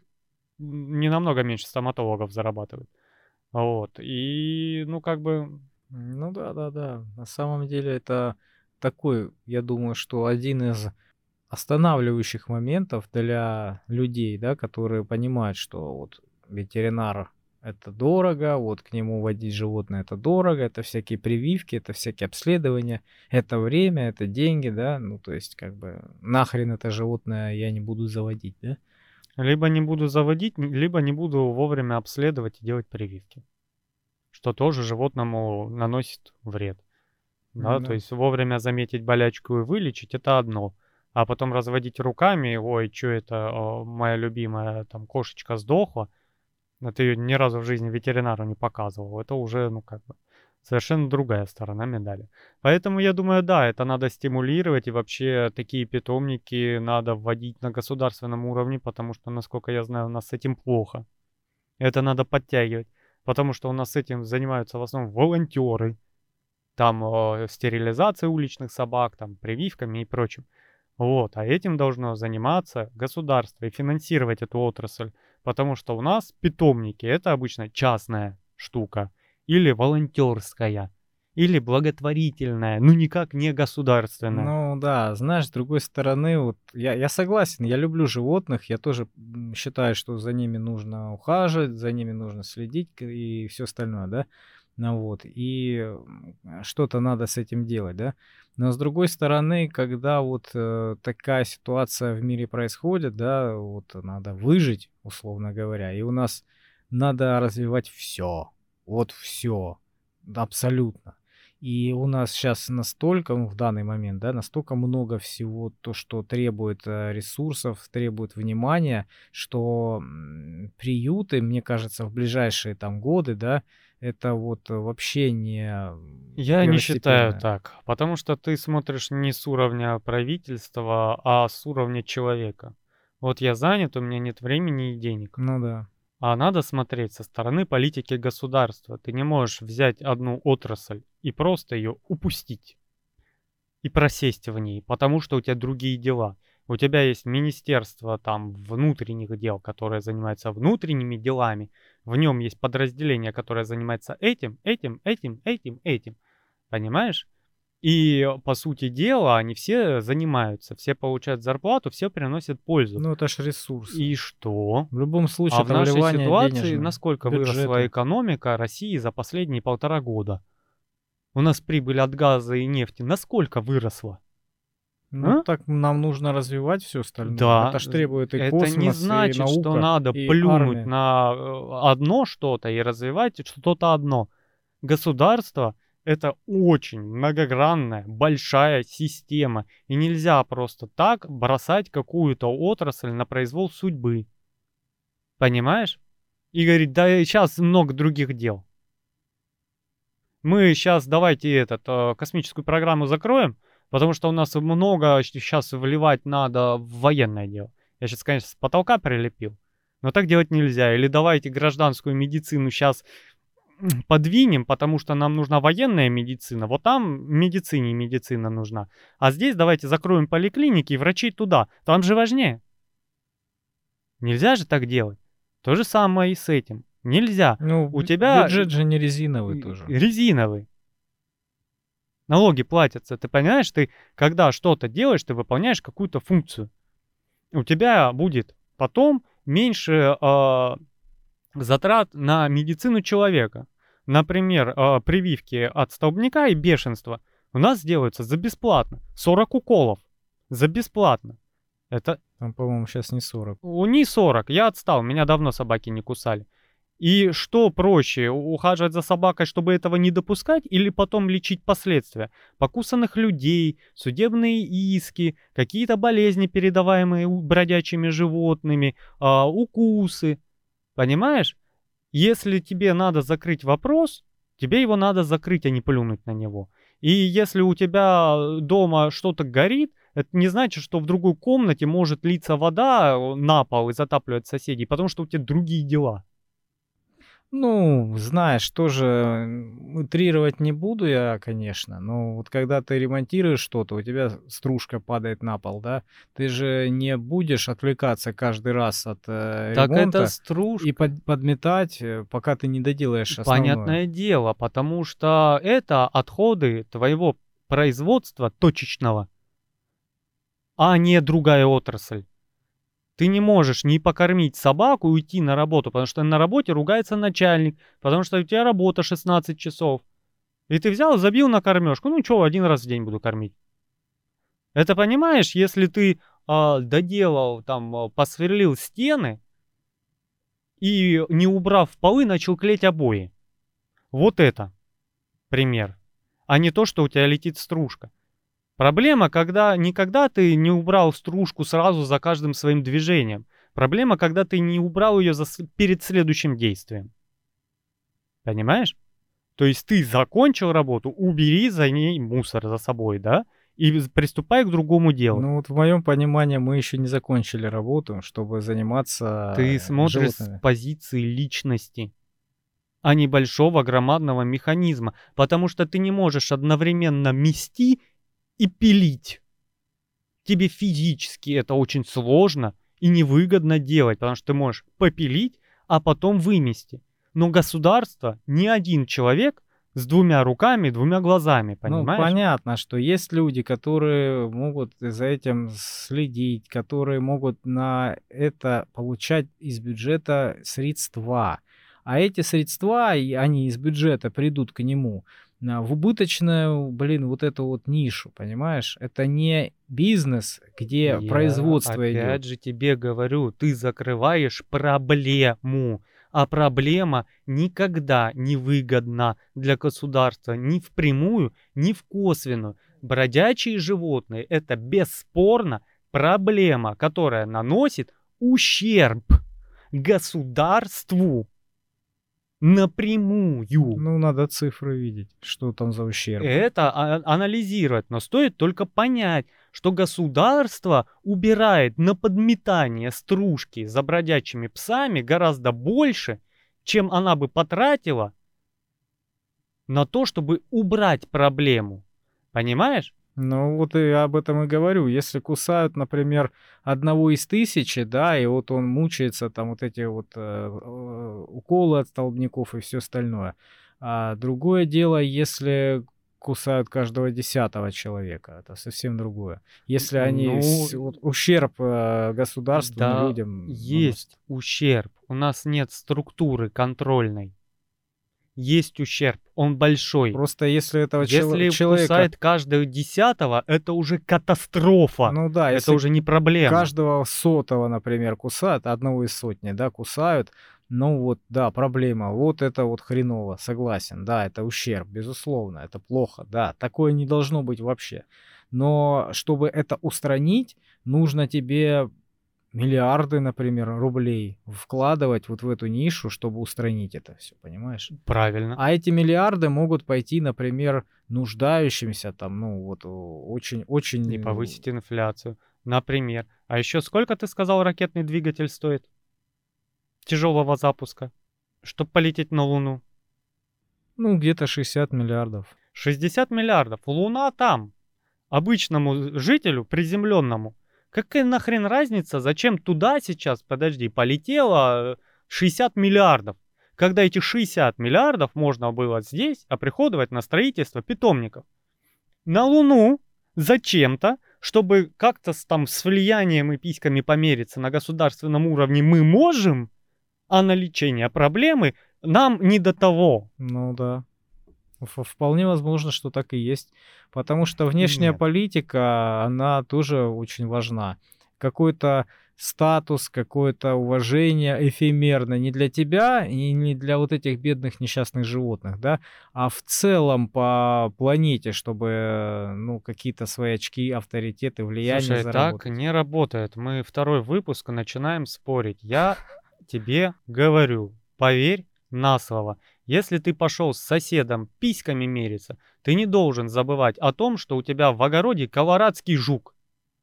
не намного меньше стоматологов зарабатывают. Вот. И, ну, как бы, Ну да-да-да. На самом деле это такой, я думаю, что один из останавливающих моментов для людей, да, которые понимают, что вот ветеринар это дорого, вот к нему водить животное это дорого, это всякие прививки, это всякие обследования, это время, это деньги, да, ну то есть как бы нахрен это животное я не буду заводить, да? либо не буду заводить, либо не буду вовремя обследовать и делать прививки, что тоже животному наносит вред. Да, то Да. есть вовремя заметить болячку и вылечить — это одно. А потом разводить руками, ой, что это, моя любимая там кошечка сдохла, а ты ее ни разу в жизни ветеринару не показывал. Это уже, ну, как бы, совершенно другая сторона медали. Поэтому я думаю, да, это надо стимулировать, и вообще такие питомники надо вводить на государственном уровне, потому что, насколько я знаю, у нас с этим плохо. Это надо подтягивать, потому что у нас этим занимаются в основном волонтеры, там стерилизация уличных собак, там прививками и прочим. Вот, а этим должно заниматься государство и финансировать эту отрасль, потому что у нас питомники это обычно частная штука или волонтерская, или благотворительная, ну никак не государственная. Ну да, знаешь, с другой стороны, вот я согласен, я люблю животных, я тоже считаю, что за ними нужно ухаживать, за ними нужно следить и все остальное, да. Ну вот, и что-то надо с этим делать, да. Но с другой стороны, когда вот такая ситуация в мире происходит, да, вот надо выжить, условно говоря, и у нас надо развивать все, вот все, абсолютно. И у нас сейчас настолько, ну, в данный момент, да, настолько много всего, то, что требует ресурсов, требует внимания, что приюты, мне кажется, в ближайшие там годы, да, это вот вообще не Я не считаю первостепенное. так, потому что ты смотришь не с уровня правительства, а с уровня человека. Вот я занят, у меня нет времени и денег. Ну да. А надо смотреть со стороны политики государства. Ты не можешь взять одну отрасль и просто ее упустить и просесть в ней, потому что у тебя другие дела. У тебя есть министерство там внутренних дел, которое занимается внутренними делами. В нем есть подразделение, которое занимается этим. Понимаешь? И по сути дела они все занимаются, все получают зарплату, все приносят пользу. Ну это ж ресурсы. И что? В любом случае А в это нашей вливание ситуации денежное, насколько выросла бюджеты. экономика России за последние 1,5 года? У нас прибыль от газа и нефти насколько выросла? Ну А? так нам нужно развивать все остальное. Да, Это ж требует и это не космос, и значит, что наука, надо и плюнуть армия. на одно что-то и развивать что-то одно. Государство — это очень многогранная, большая система. И нельзя просто так бросать какую-то отрасль на произвол судьбы. Понимаешь? И говорить, да сейчас много других дел. Мы сейчас давайте космическую программу закроем, потому что у нас много сейчас вливать надо в военное дело. Я сейчас, конечно, с потолка прилепил, но так делать нельзя. Или давайте гражданскую медицину сейчас подвинем, потому что нам нужна военная медицина. Вот там медицине медицина нужна. А здесь давайте закроем поликлиники и врачей туда. Там же важнее. Нельзя же так делать. То же самое и с этим. Нельзя. Ну, У тебя бюджет же не резиновый тоже. резиновый. Налоги платятся. Ты понимаешь, ты когда что-то делаешь, ты выполняешь какую-то функцию. У тебя будет потом меньше затрат на медицину человека. Например, прививки от столбняка и бешенства у нас делаются за бесплатно. 40 уколов за бесплатно. Это Там, по-моему, сейчас не 40. не 40, я отстал, меня давно собаки не кусали. И что проще, ухаживать за собакой, чтобы этого не допускать, или потом лечить последствия? Покусанных людей, судебные иски, какие-то болезни, передаваемые бродячими животными, укусы. Понимаешь? Если тебе надо закрыть вопрос, тебе его надо закрыть, а не плюнуть на него. И если у тебя дома что-то горит, это не значит, что в другой комнате может литься вода на пол и затапливать соседей, потому что у тебя другие дела. Ну, знаешь, тоже утрировать не буду я, конечно, но вот когда ты ремонтируешь что-то, у тебя стружка падает на пол, да, ты же не будешь отвлекаться каждый раз от Так это ремонта и стружка. подметать, пока ты не доделаешь основное. Понятное дело, потому что это отходы твоего производства точечного, а не другая отрасль. Ты не можешь не покормить собаку и уйти на работу, потому что на работе ругается начальник, потому что у тебя работа 16 часов. И ты взял, забил на кормежку. Ну что, один раз в день буду кормить. Это понимаешь, если ты доделал, там, посверлил стены и не убрав полы, начал клеить обои. Вот это пример. А не то, что у тебя летит стружка. Проблема, когда ты не убрал стружку сразу за каждым своим движением. Проблема, когда ты не убрал ее перед следующим действием. Понимаешь? То есть ты закончил работу, убери за ней мусор за собой, да? И приступай к другому делу. Ну вот в моем понимании мы еще не закончили работу, чтобы заниматься Ты смотришь с животными. позиции личности, а не большого громадного механизма. Потому что ты не можешь одновременно мести и пилить. Тебе физически это очень сложно и невыгодно делать, потому что ты можешь попилить, а потом вымести. Но государство, ни один человек с 2 руками, 2 глазами, Ну, понимаешь? понятно, что есть люди, которые могут за этим следить, которые могут на это получать из бюджета средства. А эти средства, они из бюджета придут к нему в убыточную, блин, вот эту вот нишу, понимаешь? Это не бизнес, где Я производство опять идет. же тебе говорю, ты закрываешь проблему. А проблема никогда не выгодна для государства ни впрямую, ни в косвенную. Бродячие животные — это бесспорно проблема, которая наносит ущерб государству. Напрямую. Ну, надо цифры видеть, что там за ущерб. Это анализировать, но стоит только понять, что государство убирает на подметание стружки за бродячими псами гораздо больше, чем она бы потратила на то, чтобы убрать проблему. Понимаешь? Ну, вот и об этом и говорю. Если кусают, например, одного из 1000, да, и вот он мучается, там вот эти вот уколы от столбняков и все остальное. А другое дело, если кусают каждого 10-го человека, это совсем другое. Если они Ну, вот ущерб государству, да, людям наносят. есть ущерб. У нас нет структуры контрольной. Есть ущерб, он большой. Просто если этого Если человека, кусает каждого 10-го, это уже катастрофа. ну да, Это если уже не проблема. каждого 100-го, например, кусают, одного из сотни, да, кусают, ну вот, да, проблема, вот это вот хреново, согласен, да, это ущерб, безусловно, это плохо, да, такое не должно быть вообще. Но чтобы это устранить, нужно тебе миллиарды, например, рублей вкладывать вот в эту нишу, чтобы устранить это все, понимаешь? Правильно. А эти миллиарды могут пойти, например, нуждающимся там, ну вот И очень-очень... повысить инфляцию. Например. А еще сколько, ты сказал, ракетный двигатель стоит? Тяжелого запуска. Чтобы полететь на Луну. Ну, где-то 60 миллиардов. 60 миллиардов. Луна там. Обычному жителю, приземленному. Какая нахрен разница, зачем туда сейчас, подожди, полетело 60 миллиардов? Когда эти 60 миллиардов можно было здесь оприходовать на строительство питомников. На Луну зачем-то, чтобы как-то там с влиянием и письками помериться на государственном уровне мы можем, а на лечение проблемы нам не до того. Ну да. Вполне возможно, что так и есть. Потому что внешняя Нет. политика, она тоже очень важна. Какой-то статус, какое-то уважение эфемерное не для тебя и не для вот этих бедных несчастных животных, да, а в целом по планете, чтобы, ну, какие-то свои очки, авторитеты, влияние Слушай, так заработать. не работает. Мы второй выпуск начинаем спорить. Я тебе говорю, поверь на слово. Если ты пошел с соседом письками мериться, ты не должен забывать о том, что у тебя в огороде колорадский жук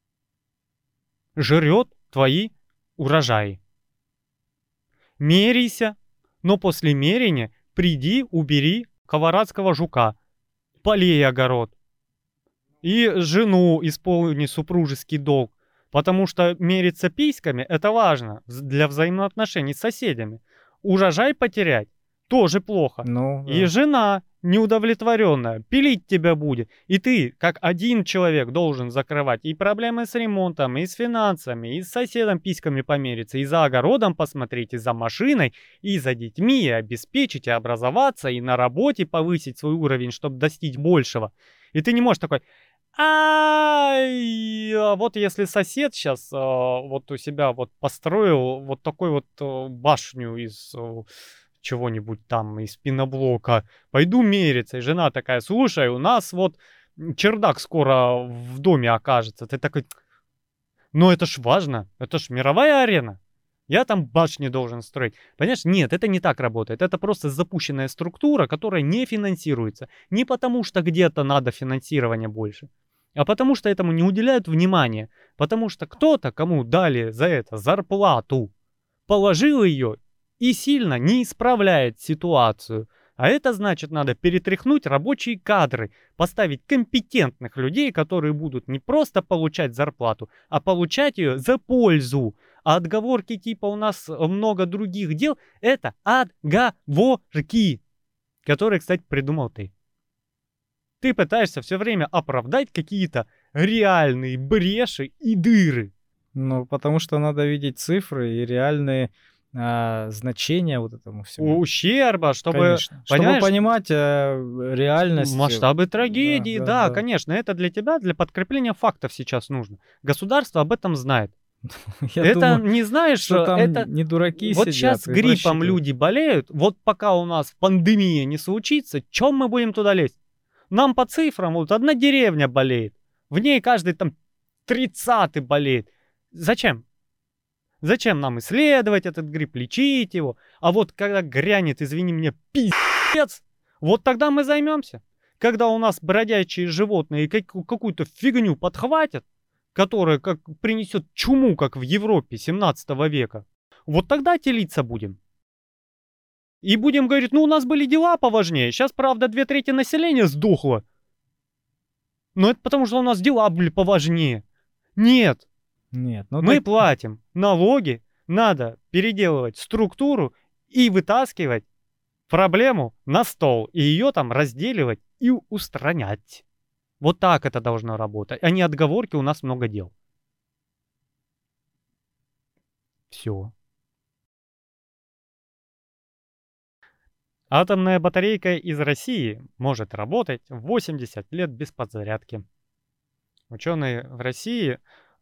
жрет твои урожаи. Меряйся, но после мерения приди, убери колорадского жука, полей огород и жену исполни супружеский долг. Потому что мериться письками это важно для взаимоотношений с соседями. Урожай потерять тоже плохо. Ну, И да. жена неудовлетворенная пилить тебя будет. И ты, как один человек, должен закрывать и проблемы с ремонтом, и с финансами, и с соседом письками помериться, и за огородом посмотреть, и за машиной, и за детьми, и обеспечить, и образоваться, и на работе повысить свой уровень, чтобы достичь большего. И ты не можешь такой: а вот если сосед сейчас вот у себя вот построил вот такой вот башню из чего-нибудь там, из пеноблока, пойду мериться. И жена такая: слушай, у нас вот чердак скоро в доме окажется. Ты такой: ну это ж важно, это ж мировая арена. Я там башни должен строить. Понимаешь, нет, это не так работает. Это просто запущенная структура, которая не финансируется. Не потому, что где-то надо финансирования больше, а потому, что этому не уделяют внимания. Потому что кто-то, кому дали за это зарплату, положил ее и сильно не исправляет ситуацию. А это значит, надо перетряхнуть рабочие кадры, поставить компетентных людей, которые будут не просто получать зарплату, а получать ее за пользу. А отговорки типа «у нас много других дел» — это отговорки, которые, кстати, придумал ты. Ты пытаешься все время оправдать какие-то реальные бреши и дыры. Ну, потому что надо видеть цифры и реальные значения вот этому всему. Ущерба, чтобы, Конечно. Чтобы понимаешь, понимать реальность. масштабы трагедии, Да, да, да. конечно, это для тебя, для подкрепления фактов сейчас нужно. Государство об этом знает. Я Это думаю, не знаешь, что там это не дураки вот сидят сейчас и гриппом просчитывают. люди болеют, вот пока у нас пандемия не случится, чем мы будем туда лезть? Нам по цифрам вот одна деревня болеет, в ней каждый там 30-й болеет. Зачем? Зачем нам исследовать этот гриб, лечить его? А вот когда грянет, извини меня, пиздец, вот тогда мы займемся. Когда у нас бродячие животные какую-то фигню подхватят, которая как принесет чуму, как в Европе 17 века, вот тогда телиться будем. И будем говорить, ну у нас были дела поважнее. Сейчас, правда, 2/3 населения сдохло. Но это потому, что у нас дела были поважнее. Нет. Нет, ну Мы так платим налоги, надо переделывать структуру и вытаскивать проблему на стол. И ее там разделивать и устранять. Вот так это должно работать. А не отговорки, у нас много дел. Все. Атомная батарейка из России может работать 80 лет без подзарядки. Ученые в России,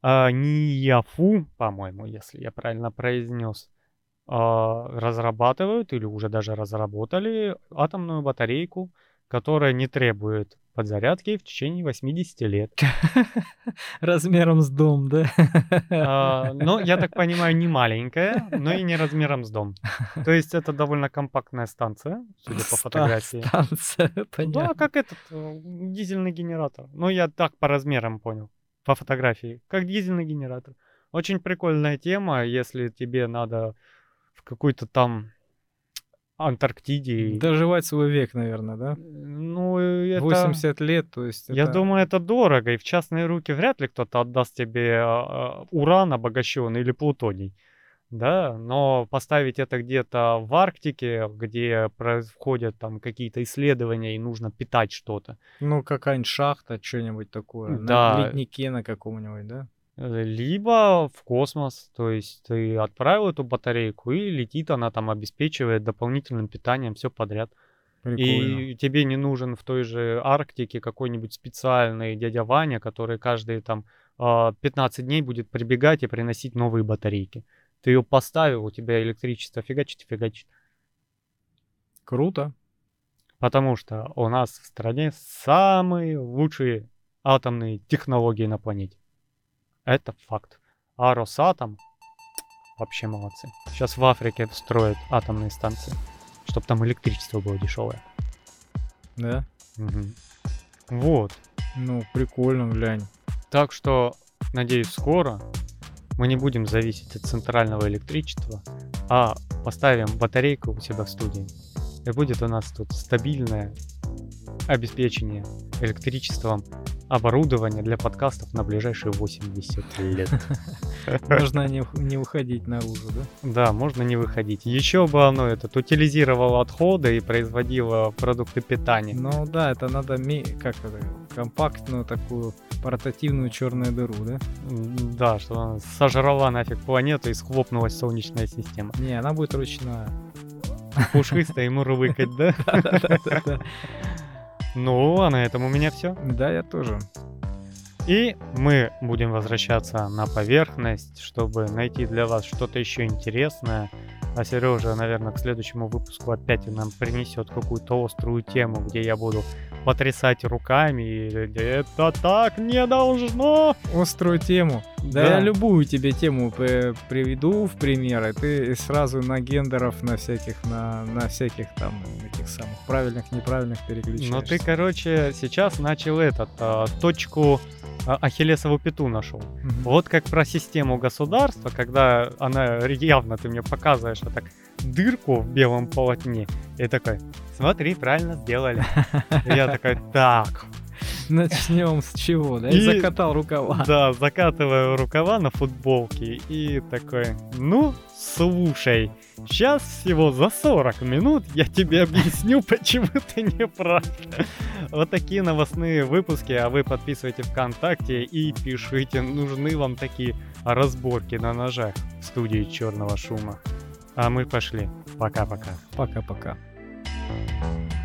НИАФУ, по-моему, если я правильно произнес, разрабатывают или уже даже разработали атомную батарейку, которая не требует подзарядки в течение 80 лет. размером с дом, да? Но, я так понимаю, не маленькая, но и не размером с дом. То есть это довольно компактная станция, судя по фотографии. Станция, Да, понятно. как этот дизельный генератор. Ну, я так по размерам понял, по фотографии. Как дизельный генератор. Очень прикольная тема, если тебе надо в какой-то там Антарктиде. Доживать свой век, наверное, да? Ну, это... 80 лет, то есть Я это... думаю, это дорого, и в частные руки вряд ли кто-то отдаст тебе уран обогащенный или плутоний. Да, но поставить это где-то в Арктике, где происходят там какие-то исследования и нужно питать что-то. Ну, какая-нибудь шахта, что-нибудь такое. На Да. леднике на каком-нибудь, да? Либо в космос, то есть ты отправил эту батарейку, и летит она там, обеспечивает дополнительным питанием все подряд. Прикольно. И тебе не нужен в той же Арктике какой-нибудь специальный дядя Ваня, который каждые там 15 дней будет прибегать и приносить новые батарейки. Ты ее поставил, у тебя электричество фигачит и фигачит. Круто. Потому что у нас в стране самые лучшие атомные технологии на планете. Это факт. А Росатом вообще молодцы. Сейчас в Африке строят атомные станции, чтобы там электричество было дешевое. Да? Мгм. Вот. Ну, прикольно, глянь. Так что, надеюсь, скоро мы не будем зависеть от центрального электричества, а поставим батарейку у себя в студии. И будет у нас тут стабильное обеспечение электричеством оборудование для подкастов на ближайшие 80 лет. Можно не уходить наружу, да? Да, можно не выходить. Еще бы оно этот утилизировало отходы и производило продукты питания. Ну да, это надо компактную такую портативную черную дыру, да? Да, что она сожрала нафиг планету и схлопнулась Солнечная система. Не, она будет ручная. Пушистая и мурлыкать, да? Да-да-да. Ну, а на этом у меня все. Да, я тоже. И мы будем возвращаться на поверхность, чтобы найти для вас что-то еще интересное. А Сережа, наверное, к следующему выпуску опять нам принесет какую-то острую тему, где я буду потрясать руками. И это так не должно! Острую тему. Да, я любую тебе тему приведу в пример, и ты сразу на гендеров, на всяких там этих самых правильных, неправильных переключаешься. Но ты, короче, сейчас начал точку Ахиллесову пяту нашел. Вот как про систему государства, когда она явно, ты мне показываешь вот так дырку в белом полотне, и такой, смотри, правильно сделали. И я такой, так. Начнем с чего, да? И закатал рукава. Да, закатываю рукава на футболке и такой, ну, слушай, сейчас всего за 40 минут я тебе объясню, почему ты не прав. Вот такие новостные выпуски, а вы подписывайте ВКонтакте и пишите, нужны вам такие разборки на ножах в студии Черного Шума. А мы пошли. Пока-пока. Пока-пока.